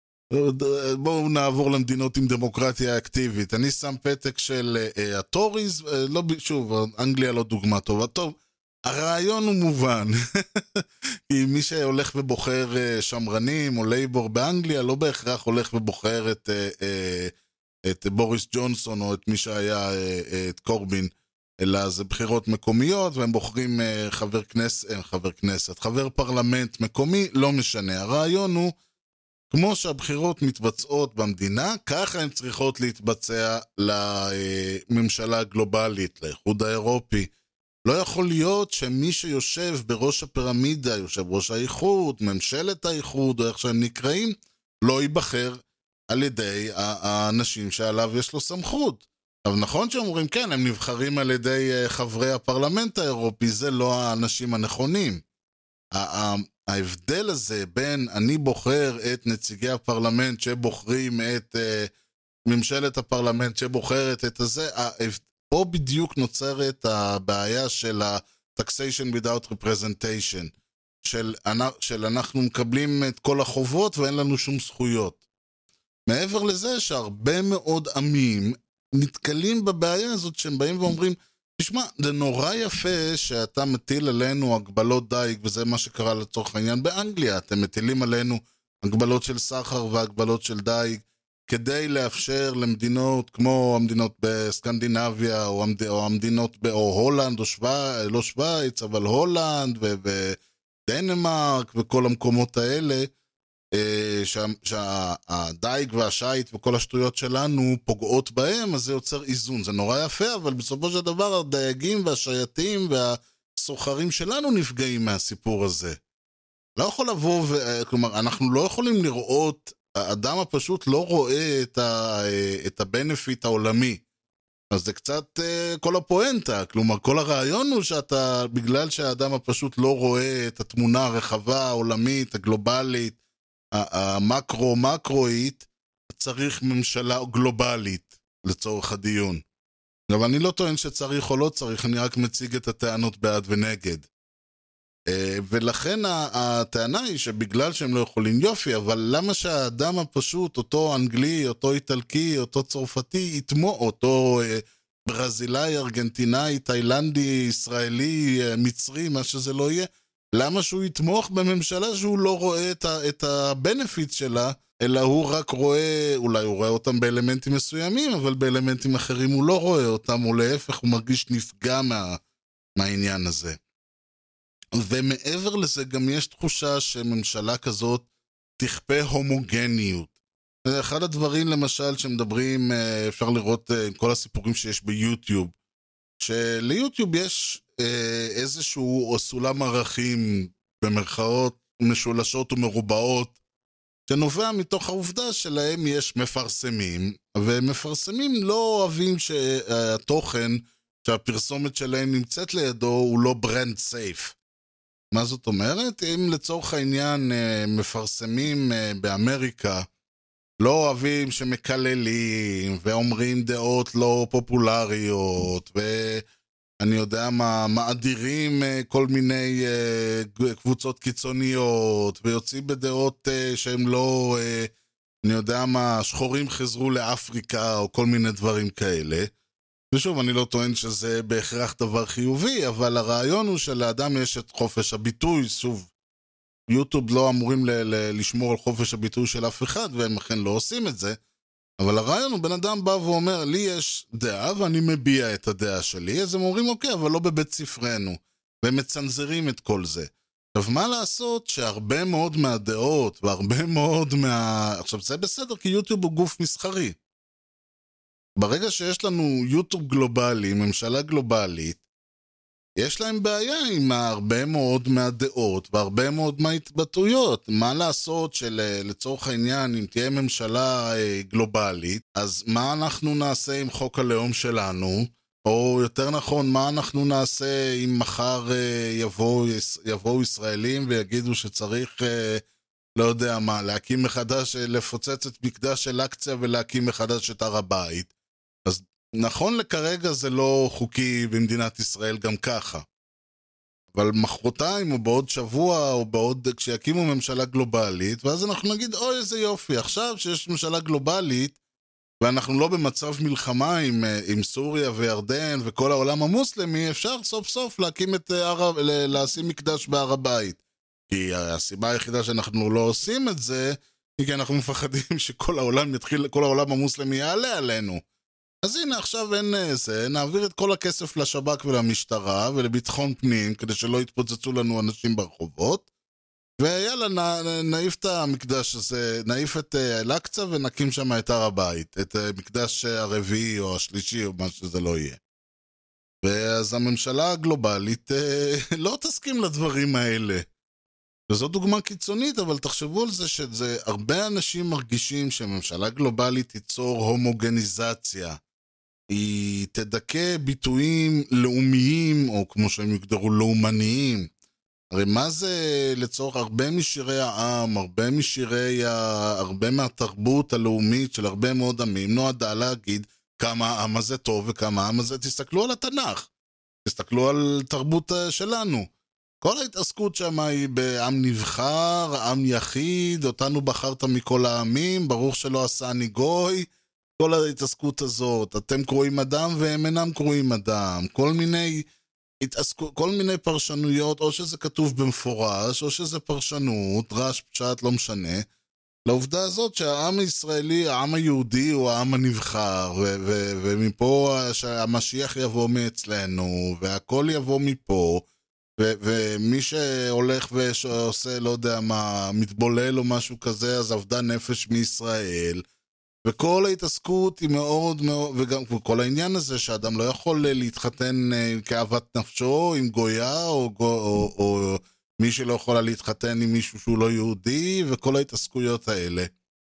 [SPEAKER 3] בואו נעבור למדינות עם דמוקרטיה אקטיבית. אני שם פתק של הטוריז, לא, שוב, אנגליה לא דוגמה טובה, טוב, הרעיון הוא מובן, כי מי שהולך ובוחר שמרנים או לייבור באנגליה, לא בהכרח הולך ובוחר את בוריס ג'ונסון או את מי שהיה את קורבין, אלא זה בחירות מקומיות, והם בוחרים חבר פרלמנט מקומי, לא משנה. הרעיון הוא, כמו שהבחירות מתבצעות במדינה, ככה הן צריכות להתבצע לממשלה הגלובלית, לאיחוד האירופי. לא יכול להיות שמי שיושב בראש הפירמידה, יושב ראש האיחוד, ממשלת האיחוד, או איך שהם נקראים, לא ייבחר על ידי האנשים שעליו יש לו סמכות. אבל נכון שאומרים, כן, הם נבחרים על ידי חברי הפרלמנט האירופי, זה לא האנשים הנכונים. ההבדל הזה בין אני בוחר את נציגי הפרלמנט שבוחרים את ממשלת הפרלמנט שבוחרת את הזה, פה בדיוק נוצרת הבעיה של ה-taxation without representation, של אנחנו מקבלים את כל החובות ואין לנו שום זכויות. מעבר לזה שהרבה מאוד עמים נתקלים בבעיה הזאת שהם באים ואומרים, תשמע, זה נורא יפה שאתה מטיל עלינו הגבלות דייג, וזה מה שקרה לצורך העניין באנגליה, אתם מטילים עלינו הגבלות של סחר והגבלות של דייג, כדי לאפשר למדינות כמו המדינות בסקנדינביה, או המדינות או הולנד, או לא שוויץ, אבל הולנד ודנמרק וכל המקומות האלה, שהדייג והשייט וכל השטויות שלנו פוגעות בהם, אז זה יוצר איזון. זה נורא יפה, אבל בסופו של דבר הדייגים והשייטים והסוחרים שלנו נפגעים מהסיפור הזה. לא יכול לבוא, כלומר, אנחנו לא יכולים לראות, האדם הפשוט לא רואה את הבנפיט העולמי. אז זה קצת כל הפואנטה, כלומר, כל הרעיון הוא שאתה, בגלל שהאדם הפשוט לא רואה את התמונה הרחבה, העולמית, הגלובלית, המקרו-מקרואית, צריך ממשלה גלובלית לצורך הדיון. אבל אני לא טוען שצריך או לא צריך, אני רק מציג את הטענות בעד ונגד. ולכן הטענה היא שבגלל שהם לא יכולים יופי, אבל למה שהאדם הפשוט, אותו אנגלי, אותו איטלקי, אותו צרפתי, יתמו, אותו ברזילאי, ארגנטינאי, תאילנדי, ישראלי, מצרי, מה שזה לא יהיה, למה שהוא יתמוך בממשלה שהוא לא רואה את הבנפיט שלה, אלא הוא רק רואה, אולי הוא רואה אותם באלמנטים מסוימים, אבל באלמנטים אחרים הוא לא רואה אותם, או להפך הוא מרגיש נפגע מהעניין הזה. ומעבר לזה גם יש תחושה שממשלה כזאת תכפה הומוגניות. אחד הדברים למשל שמדברים, אפשר לראות כל הסיפורים שיש ביוטיוב, שליוטיוב יש איזשהו סולם ערכים במרכאות משולשות ומרובעות, שנובע מתוך העובדה שלהם יש מפרסמים, ומפרסמים לא אוהבים שהתוכן שהפרסומת שלהם נמצאת לידו הוא לא ברנד סייף. מה זאת אומרת? אם לצורך העניין מפרסמים באמריקה לא אוהבים שמקללים ואומרים דעות לא פופולריות ואני יודע מה, מאדירים כל מיני קבוצות קיצוניות ויוצאים בדעות שהם לא, אני יודע מה, שחורים חזרו לאפריקה או כל מיני דברים כאלה. ושוב, אני לא טוען שזה בהכרח דבר חיובי, אבל הרעיון הוא שלאדם יש את חופש הביטוי. שוב, יוטיוב לא אמורים לשמור על חופש הביטוי של אף אחד, והם אכן לא עושים את זה. אבל הרעיון הוא, בן אדם בא ואומר, לי יש דעה ואני מביע את הדעה שלי, אז הם אומרים, אוקיי, אבל לא בבית ספרנו. והם מצנזרים את כל זה. עכשיו, מה לעשות שהרבה מאוד מהדעות, והרבה מאוד עכשיו, זה בסדר, כי יוטיוב הוא גוף מסחרי. ברגע שיש לנו יוטיוב גלובלי, ממשלה גלובלית, יש להם בעיה עם הרבה מאוד מהדעות והרבה מאוד מההתבטאויות. מה לעשות שלצורך העניין, אם תהיה ממשלה גלובלית, אז מה אנחנו נעשה עם חוק הלאום שלנו? או יותר נכון, מה אנחנו נעשה אם מחר יבואו ישראלים ויגידו שצריך, לא יודע מה, להקים מחדש, לפוצץ את מקדש אל-אקצה ולהקים מחדש את הר הבית? אז נכון לכרגע זה לא חוקי במדינת ישראל גם ככה. אבל מחרתיים או בעוד שבוע או בעוד כשיקימו ממשלה גלובלית, ואז אנחנו נגיד, אוי איזה יופי, עכשיו שיש ממשלה גלובלית, ואנחנו לא במצב מלחמה עם סוריה וירדן וכל העולם המוסלמי, אפשר סוף סוף להקים לשים מקדש בהר הבית. כי הסיבה היחידה שאנחנו לא עושים את זה, היא כי אנחנו מפחדים שכל העולם המוסלמי יעלה עלינו. אז הנה עכשיו אין זה, נעביר את כל הכסף לשב"כ ולמשטרה ולביטחון פנים, כדי שלא יתפוצצו לנו אנשים ברחובות, ויאללה נעיף את המקדש הזה, נעיף את אל-אקצה ונקים שם את הר הבית, את המקדש הרביעי או השלישי או מה שזה לא יהיה. ואז הממשלה הגלובלית לא תסכים לדברים האלה. וזו דוגמה קיצונית, אבל תחשבו על זה שזה הרבה אנשים מרגישים שממשלה גלובלית תיצור הומוגניזציה. היא תדכא ביטויים לאומיים, או כמו שהם יוגדרו לאומניים. הרי מה זה לצורך הרבה משירי העם, הרבה מהתרבות הלאומית של הרבה מאוד עמים, נועדה להגיד כמה העם הזה טוב וכמה העם הזה, תסתכלו על התנ"ך, תסתכלו על תרבות שלנו. כל ההתעסקות שם היא בעם נבחר, עם יחיד, אותנו בחרת מכל העמים, ברוך שלא עשני גוי, כל ההתעסקות הזאת, אתם קרואים אדם והם אינם קרואים אדם, כל מיני פרשנויות, או שזה כתוב במפורש, או שזה פרשנות, רש פשט, לא משנה, לעובדה הזאת שהעם הישראלי, העם היהודי הוא העם הנבחר, ומפה שהמשיח יבוא מאצלנו, והכל יבוא מפה, ומי שהולך ועושה, לא יודע מה, מתבולל או משהו כזה, אז עבדה נפש מישראל, וכל ההתעסקות היא מאוד מאוד, וגם כל העניין הזה שאדם לא יכול להתחתן כאהבת נפשו עם גויה, או מי שלא יכולה להתחתן עם מישהו שהוא לא יהודי, וכל ההתעסקויות האלה.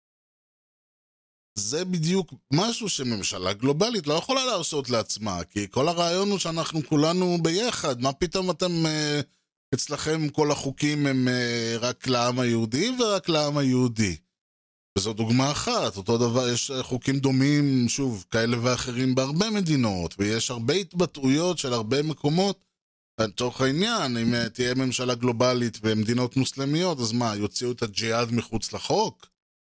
[SPEAKER 3] זה בדיוק משהו שממשלה גלובלית לא יכולה להרשות לעצמה, כי כל הרעיון הוא שאנחנו כולנו ביחד, מה פתאום אצלכם כל החוקים הם רק לעם היהודי ורק לעם היהודי. וזו דוגמה אחת, אותו דבר, יש חוקים דומים, שוב, כאלה ואחרים בהרבה מדינות, ויש הרבה התבטאויות של הרבה מקומות, לתוך העניין, אם תהיה ממשלה גלובלית ומדינות מוסלמיות, אז מה, יוציאו את הג'יהאד מחוץ לחוק?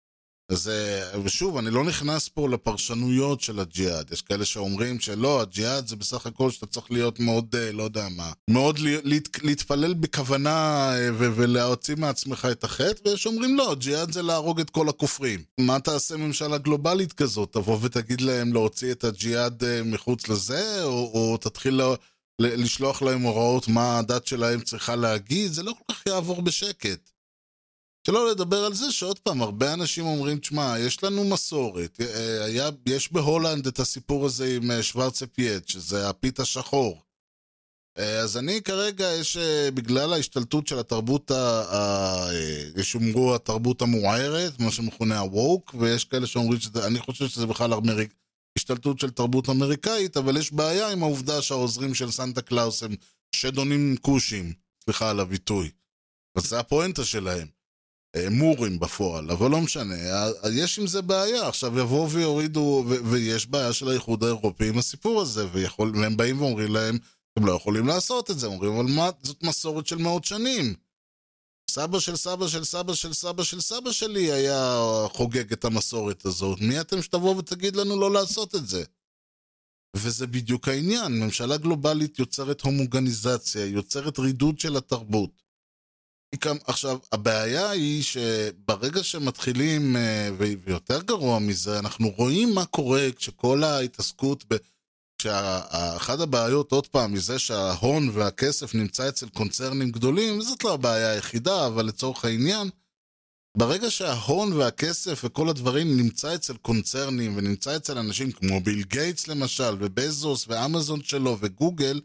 [SPEAKER 3] אז, ושוב, אני לא נכנס פה לפרשנויות של הג'יהאד. יש כאלה שאומרים שלא, הג'יהאד זה בסך הכל שאתה צריך להיות מאוד, לא יודע מה, מאוד להתפלל בכוונה ולהוציא מעצמך את החטא, ויש אומרים לא, ג'יהאד זה להרוג את כל הכופרים. מה תעשה ממשלה גלובלית כזאת? תבוא ותגיד להם להוציא את הג'יהאד מחוץ לזה, או תתחיל לשלוח להם הוראות מה הדת שלהם צריכה להגיד? זה לא כל כך יעבור בשקט. שלא לדבר על זה שעוד פעם, הרבה אנשים אומרים, תשמע, יש לנו מסורת, יש בהולנד את הסיפור הזה עם שוורצה פייט, שזה הפיט השחור. אז אני כרגע, בגלל ההשתלטות של התרבות, יש אומרו התרבות המוארת, מה שמכונה הווק, ויש כאלה שאומרים, אני חושב שזה בכלל השתלטות של תרבות אמריקאית, אבל יש בעיה עם העובדה שהעוזרים של סנטה קלאוס הם שדונים כושים, סליחה על הביטוי. אז זה הפואנטה שלהם. מורים בפועל, אבל לא משנה, יש עם זה בעיה. עכשיו יבואו ויורידו, ויש בעיה של האיחוד האירופי עם הסיפור הזה, והם באים ואומרים להם, הם לא יכולים לעשות את זה, אומרים, אבל מה, זאת מסורת של מאות שנים. סבא של סבא של סבא של סבא של סבא שלי היה חוגג את המסורת הזאת, מי אתם שתבואו ותגיד לנו לא לעשות את זה? וזה בדיוק העניין, ממשלה גלובלית יוצרת הומוגניזציה, יוצרת רידוד של התרבות. עכשיו, הבעיה היא שברגע שמתחילים, ויותר גרוע מזה, אנחנו רואים מה קורה כשכל ההתעסקות, כשאחד הבעיות עוד פעם, מזה שההון והכסף נמצא אצל קונצרנים גדולים, זאת לא הבעיה היחידה, אבל לצורך העניין, ברגע שההון והכסף וכל הדברים נמצא אצל קונצרנים, ונמצא אצל אנשים כמו ביל גייטס למשל, ובזוס ואמזון שלו וגוגל,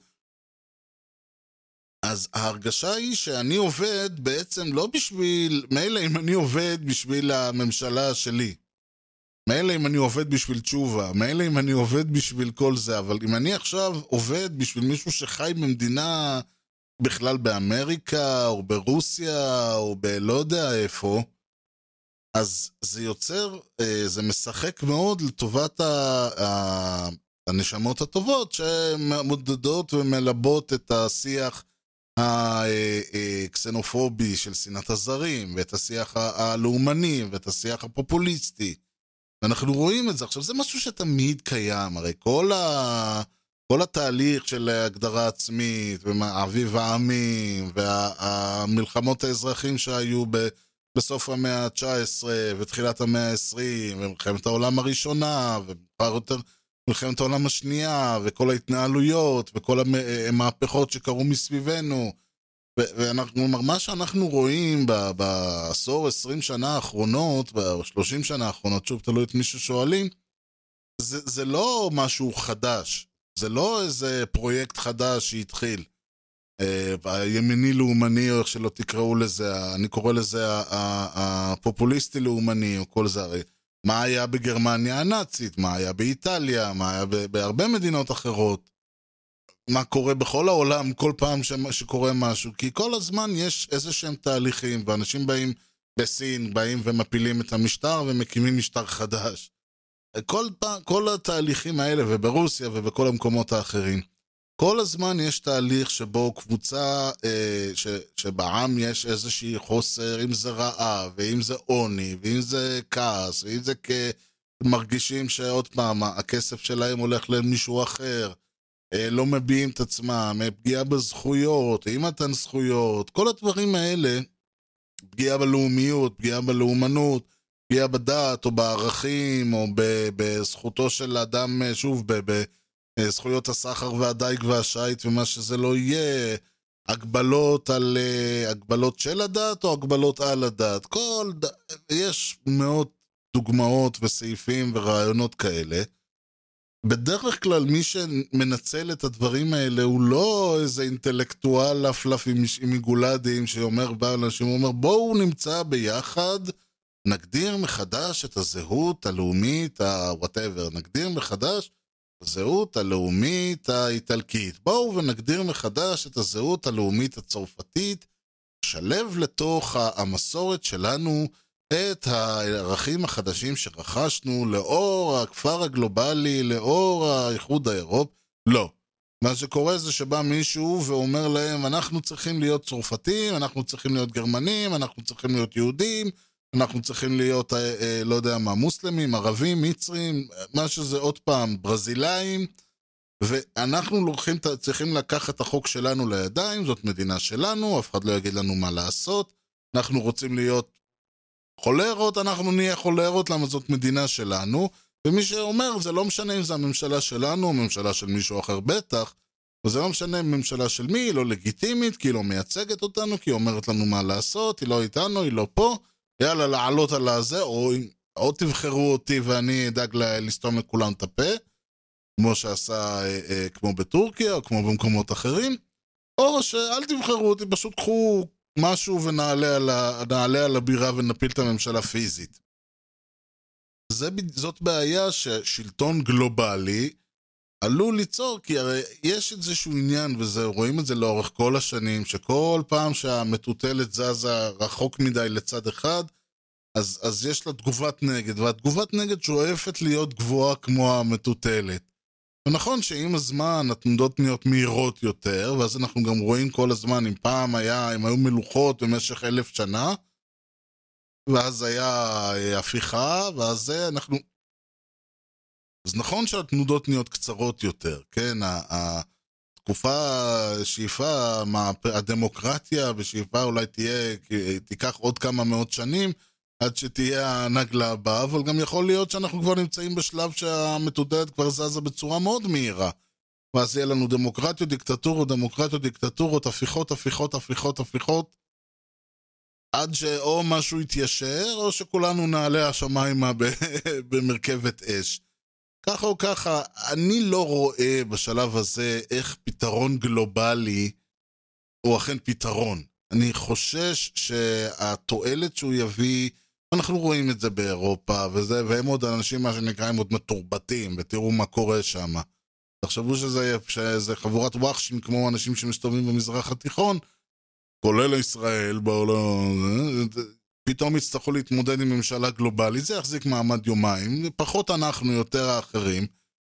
[SPEAKER 3] אז ההרגשה היא שאני עובד בעצם לא בשביל, מילא אם אני עובד בשביל הממשלה שלי, מילא אם אני עובד בשביל תשובה, מילא אם אני עובד בשביל כל זה, אבל אם אני עכשיו עובד בשביל מישהו שחי במדינה בכלל באמריקה או ברוסיה או בלא יודע איפה, אז זה יוצר, זה משחק מאוד לטובת הנשמות הטובות שמודדות ומלבות את השיח הקסנופובי של שנאת הזרים, ואת השיח הלאומני, ואת השיח הפופוליסטי. ואנחנו רואים את זה. עכשיו, זה משהו שתמיד קיים. הרי כל התהליך של הגדרה עצמית, ואביב העמים, והמלחמות האזרחים שהיו בסוף המאה ה-19, ותחילת המאה ה-20, ומלחמת העולם הראשונה, ובפער יותר מלחמת העולם השנייה, וכל ההתנהלויות, וכל המהפכות שקרו מסביבנו, ואנחנו, מה שאנחנו רואים בעשור, 20 שנה האחרונות, ב-30 שנה האחרונות, שוב, תלוי את מי ששואלים, זה לא משהו חדש, זה לא איזה פרויקט חדש שהתחיל, הימיני-לאומני, או איך שלא תקראו לזה, אני קורא לזה הפופוליסטי-לאומני, או כל זה, הרי מה היה בגרמניה הנאצית, מה היה באיטליה, מה היה בהרבה מדינות אחרות, מה קורה בכל העולם כל פעם שקורה משהו, כי כל הזמן יש איזה שהם תהליכים, ואנשים באים בסין, באים ומפילים את המשטר ומקימים משטר חדש. כל התהליכים האלה, וברוסיה ובכל המקומות האחרים, כל הזמן יש תהליך שבו קבוצה, שבעם יש איזושהי חוסר, אם זה רעה, ואם זה עוני, ואם זה כעס, ואם זה מרגישים שעוד פעם הכסף שלהם הולך למישהו אחר, לא מביעים את עצמם, פגיעה בזכויות, אי מתן זכויות, כל הדברים האלה, פגיעה בלאומיות, פגיעה בלאומנות, פגיעה בדת או בערכים, או בזכותו של אדם, שוב, זכויות הסחר והדייג והשייט ומה שזה לא יהיה, הגבלות של הדת או הגבלות על הדת, יש מאות דוגמאות וסעיפים ורעיונות כאלה. בדרך כלל מי שמנצל את הדברים האלה הוא לא איזה אינטלקטואל לפלף עם מגולדים שאומר באנשים, הוא אומר בואו נמצא ביחד, נגדיר מחדש את הזהות הלאומית, whatever, נגדיר מחדש הזהות הלאומית האיטלקית, בואו ונגדיר מחדש את הזהות הלאומית הצרפתית, שלב לתוך המסורת שלנו את הערכים החדשים שרכשנו לאור הכפר הגלובלי, לאור האיחוד האירופי. לא. מה שקורה זה שבא מישהו ואומר להם, אנחנו צריכים להיות צרפתים, אנחנו צריכים להיות גרמנים, אנחנו צריכים להיות יהודים, אנחנו צריכים להיות, לא יודע מה, מוסלמים, ערבים, מצרים, מה שזה עוד פעם, ברזילאים, ואנחנו צריכים לקחת את החוק שלנו לידיים, זאת מדינה שלנו, אף אחד לא יגיד לנו מה לעשות, אנחנו רוצים להיות חולרות, אנחנו נהיה חולרות, למה זאת מדינה שלנו, ומי שאומר, זה לא משנה אם זה הממשלה שלנו, או ממשלה של מישהו אחר בטח, וזה לא משנה אם ממשלה של מי, היא לא לגיטימית, כי היא לא מייצגת אותנו, כי היא אומרת לנו מה לעשות, היא לא איתנו, היא לא פה, יאללה, לעלות על הזה, או תבחרו אותי ואני אדאג לסתום לכולם את הפה, כמו שעשה, כמו בטורקיה, או כמו במקומות אחרים, או שאל תבחרו אותי, פשוט קחו משהו ונעלה על הבירה ונפיל את הממשלה פיזית. זאת בעיה ששלטון גלובלי עלול ליצור, כי הרי יש איזשהו עניין, ורואים את זה לאורך כל השנים, שכל פעם שהמטוטלת זזה רחוק מדי לצד אחד, אז יש לה תגובת נגד, והתגובת נגד שואפת להיות גבוהה כמו המטוטלת. ונכון שעם הזמן התנודות נהיות מהירות יותר, ואז אנחנו גם רואים כל הזמן, אם פעם הם היו מלוכות במשך 1000 שנה, ואז היה הפיכה, ואז אנחנו... אז נכון שהתנודות נהיות קצרות יותר, כן? התקופה, שאיפה, הדמוקרטיה בשאיפה אולי תיקח עוד כמה מאות שנים, עד שתהיה הנגלה הבאה, אבל גם יכול להיות שאנחנו כבר נמצאים בשלב שהמטוטלת כבר זזה בצורה מאוד מהירה. ואז יהיה לנו דמוקרטיות, דיקטטורות, הפיכות, עד שאו משהו יתיישר, או שכולנו נעלה השמיימה במרכבת אש. ככה או ככה, אני לא רואה בשלב הזה איך פתרון גלובלי הוא אכן פתרון. אני חושש שהתועלת שהוא יביא, אנחנו רואים את זה באירופה, והם עוד אנשים, מה שנקרא, הם עוד מתורבתים, ותראו מה קורה שם. תחשבו שזה חבורת וחשים, כמו אנשים שמסתובבים במזרח התיכון, כולל ישראל, פתאום יצטרכו להתמודד עם ממשלה גלובלית, זה יחזיק מעמד יומיים, פחות אנחנו, יותר האחרים,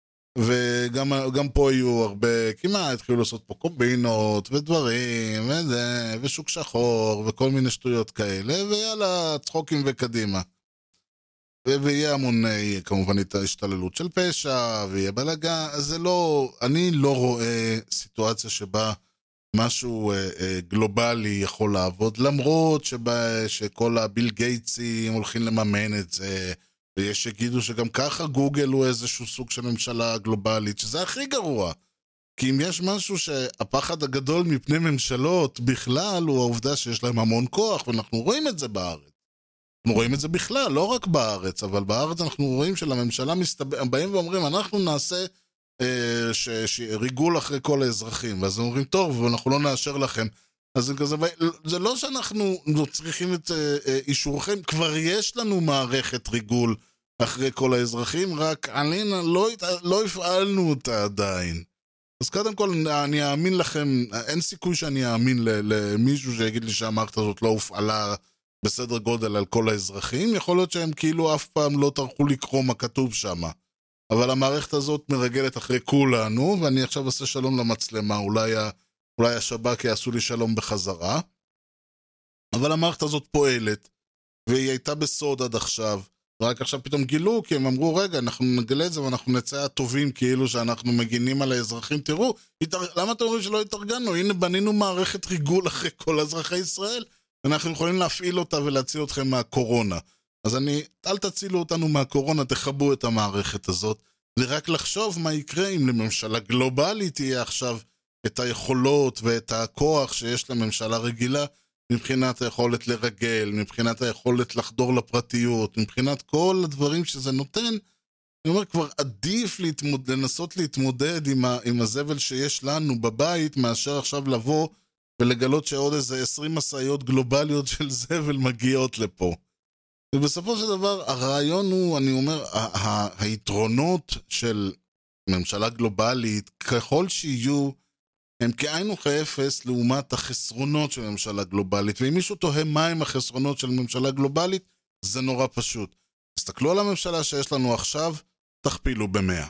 [SPEAKER 3] וגם פה יהיו הרבה, כמעט התחילו לעשות פה קומבינות ודברים, ושוק שחור, וכל מיני שטויות כאלה, ויאללה, צחוקים וקדימה. ויהיה המון, כמובן, השתוללות של פשע, ויהיה בלגן, אז זה לא, אני לא רואה סיטואציה שבה משהו גלובלי יכול לעבוד, למרות שכל הביל גייטסים הולכים לממן את זה, ויש שגידו שגם ככה גוגל הוא איזשהו סוג של ממשלה גלובלית, שזה הכי גרוע. כי אם יש משהו שהפחד הגדול מפני ממשלות בכלל, הוא העובדה שיש להם המון כוח, ואנחנו רואים את זה בארץ. אנחנו רואים את זה בכלל, לא רק בארץ, אבל בארץ אנחנו רואים שלממשלה באים ואומרים, אנחנו נעשה ריגול אחרי כל האזרחים, ואז הם אומרים, טוב, ואנחנו לא נאשר לכם. אז זה לא שאנחנו צריכים את אישורכם, כבר יש לנו מערכת ריגול אחרי כל האזרחים, רק עלינו לא הפעלנו אותה עדיין. אז קודם כל אני אאמין לכם, אין סיכוי שאני אאמין למישהו שיגיד לי שהמערכת הזאת לא הופעלה בסדר גודל על כל האזרחים, יכול להיות שהם כאילו אף פעם לא טרחו לקרוא מה כתוב שם. אבל המערכת הזאת מרגלת אחרי כולנו, ואני עכשיו אעשה שלום למצלמה, אולי השב"כ יעשו לי שלום בחזרה, אבל המערכת הזאת פועלת, והיא הייתה בסוד עד עכשיו, ורק עכשיו פתאום גילו, כי הם אמרו, רגע, אנחנו נגלה את זה, ואנחנו נצא הטובים כאילו שאנחנו מגינים על האזרחים, תראו, למה אתם אומרים שלא התארגנו? הנה בנינו מערכת ריגול אחרי כל אזרחי ישראל, ואנחנו יכולים להפעיל אותה ולהציל אתכם מהקורונה. אז אל תצילו אותנו מהקורונה, תחבו את המערכת הזאת, ורק לחשוב מה יקרה אם לממשלה גלובלית תהיה עכשיו את היכולות ואת הכוח שיש לממשלה רגילה, מבחינת היכולת לרגל, מבחינת היכולת לחדור לפרטיות, מבחינת כל הדברים שזה נותן. אני אומר, כבר עדיף לנסות להתמודד עם הזבל שיש לנו בבית, מאשר עכשיו לבוא ולגלות שעוד איזה 20 מסעיות גלובליות של זבל מגיעות לפה. ובסופו של דבר, הרעיון הוא, אני אומר, היתרונות של ממשלה גלובלית, ככל שיהיו, הם כאין וכאפס לעומת החסרונות של ממשלה גלובלית. ואם מישהו תוהה מהם החסרונות של ממשלה גלובלית, זה נורא פשוט. תסתכלו על הממשלה שיש לנו עכשיו, תכפילו ב100.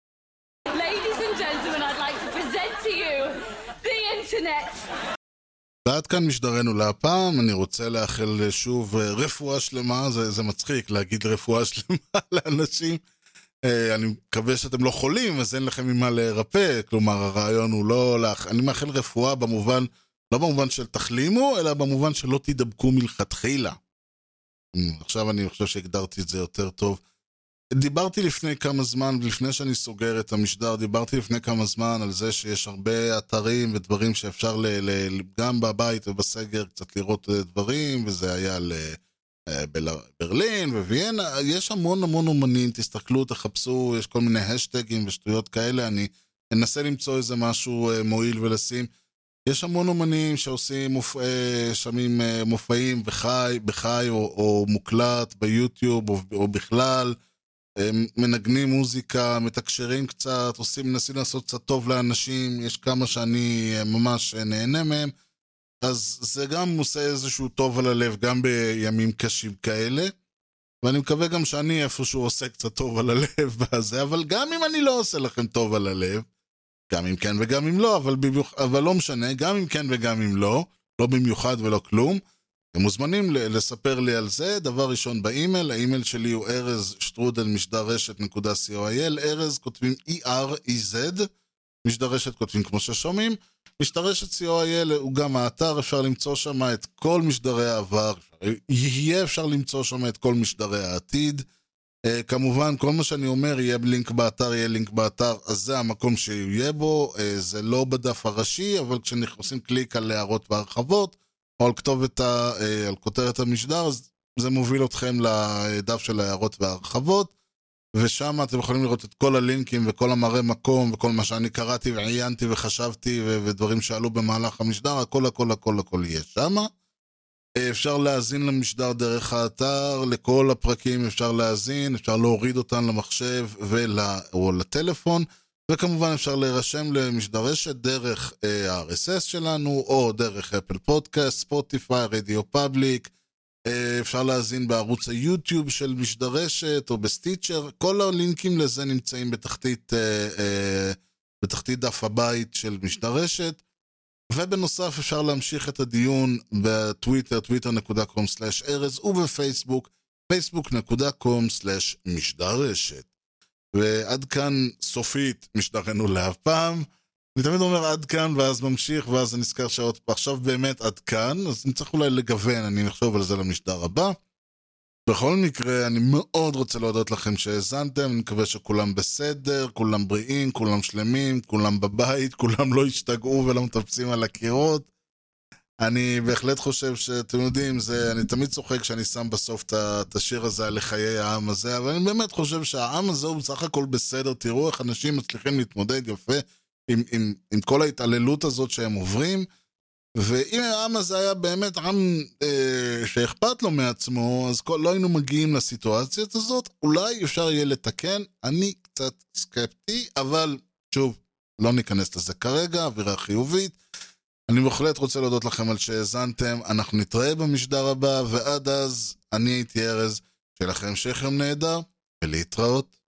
[SPEAKER 4] Ladies and gentlemen, I'd like to present to you the internet.
[SPEAKER 3] ועד כאן משדרנו להפעם, אני רוצה לאחל שוב רפואה שלמה, זה מצחיק להגיד רפואה שלמה לאנשים, אני מקווה שאתם לא חולים, אז אין לכם ממה להירפא, כלומר הרעיון הוא לא, אני מאחל רפואה במובן, לא במובן של תחלימו, אלא במובן שלא תדבקו מלכתחילה. עכשיו אני חושב שהגדרתי את זה יותר טוב. דיברתי לפני כמה זמן, לפני שאני סוגר את המשדר, דיברתי לפני כמה זמן על זה שיש הרבה אתרים ודברים שאפשר גם בבית ובסגר קצת לראות דברים, וזה היה ברלין וויאנה, יש המון אומנים, תסתכלו, תחפשו, יש כל מיני השטגים ושטויות כאלה, אני אנסה למצוא איזה משהו מועיל ולשים. יש המון אומנים שעושים שמים מופעים בחי או מוקלט ביוטיוב או בכלל, מנגנים מוזיקה, מתקשרים קצת, מנסים לעשות קצת טוב לאנשים, יש כמה שאני ממש נהנה מהם, אז זה גם עושה איזשהו טוב על הלב, גם בימים קשים כאלה, ואני מקווה גם שאני איפשהו עושה קצת טוב על הלב בזה, אבל גם אם אני לא עושה לכם טוב על הלב, גם אם כן וגם אם לא, אבל לא משנה, גם אם כן וגם אם לא, לא במיוחד ולא כלום, אתם מוזמנים לספר לי על זה. דבר ראשון באימייל, האימייל שלי הוא erez@משדרשת.co.il, ארז כותבים E-R-E-Z, משדרשת כותבים כמו ששומעים, משדרשת co.il הוא גם האתר, אפשר למצוא שם את כל משדרי העבר, יהיה אפשר למצוא שם את כל משדרי העתיד, כמובן כל מה שאני אומר יהיה לינק באתר, יהיה לינק באתר, אז זה המקום שיהיה בו, זה לא בדף הראשי, אבל כשנכנסים קליק על הערות והרחבות, או על על כותרת המשדר, אז זה מוביל אתכם לדף של הערות והרחבות, ושם אתם יכולים לראות את כל הלינקים וכל המראה מקום, וכל מה שאני קראתי ועיינתי וחשבתי, ודברים שעלו במהלך המשדר, הכל יהיה שם. אפשר להזין למשדר דרך האתר, לכל הפרקים אפשר להזין, אפשר להוריד אותן למחשב או לטלפון, וכמובן אפשר להירשם למשדרשת דרך ה-RSS שלנו, או דרך אפל פודקאסט, ספוטיפיי, רדיו פאבליק, אפשר להזין בערוץ היוטיוב של משדרשת, או בסטיצ'ר, כל הלינקים לזה נמצאים בתחתית דף הבית של משדרשת, ובנוסף אפשר להמשיך את הדיון בטוויטר, twitter.com/ארז, ובפייסבוק, facebook.com/משדרשת. ועד כאן סופית משדרנו להפעם. אני תמיד אומר עד כאן ואז ממשיך ואז אני נזכר שעכשיו באמת עד כאן, אז נצטרך אולי לגוון, אני נחשוב על זה למשדר הבא. בכל מקרה אני מאוד רוצה להודות לכם שהאזנתם, אני מקווה שכולם בסדר, כולם בריאים, כולם שלמים, כולם בבית, כולם לא השתגעו ולא מטפסים על הקירות. אני בהחלט חושב שאתם יודעים, אני תמיד צוחק שאני שם בסוף את השיר הזה על חיי העם הזה, אבל אני באמת חושב שהעם הזה הוא בסך הכל בסדר, תראו איך אנשים מצליחים להתמודד יפה עם כל ההתעללות הזאת שהם עוברים, ואם העם הזה היה באמת עם שאכפת לו מעצמו, אז לא היינו מגיעים לסיטואציה הזאת, אולי אפשר יהיה לתקן, אני קצת סקפטי, אבל שוב, לא ניכנס לזה כרגע, אווירה חיובית, אני בהחלט רוצה להודות לכם על שהאזנתם, אנחנו נתראה במשדר הבא, ועד אז אני הייתי ארז, שיהיה לכם המשך יום נהדר, ולהתראות.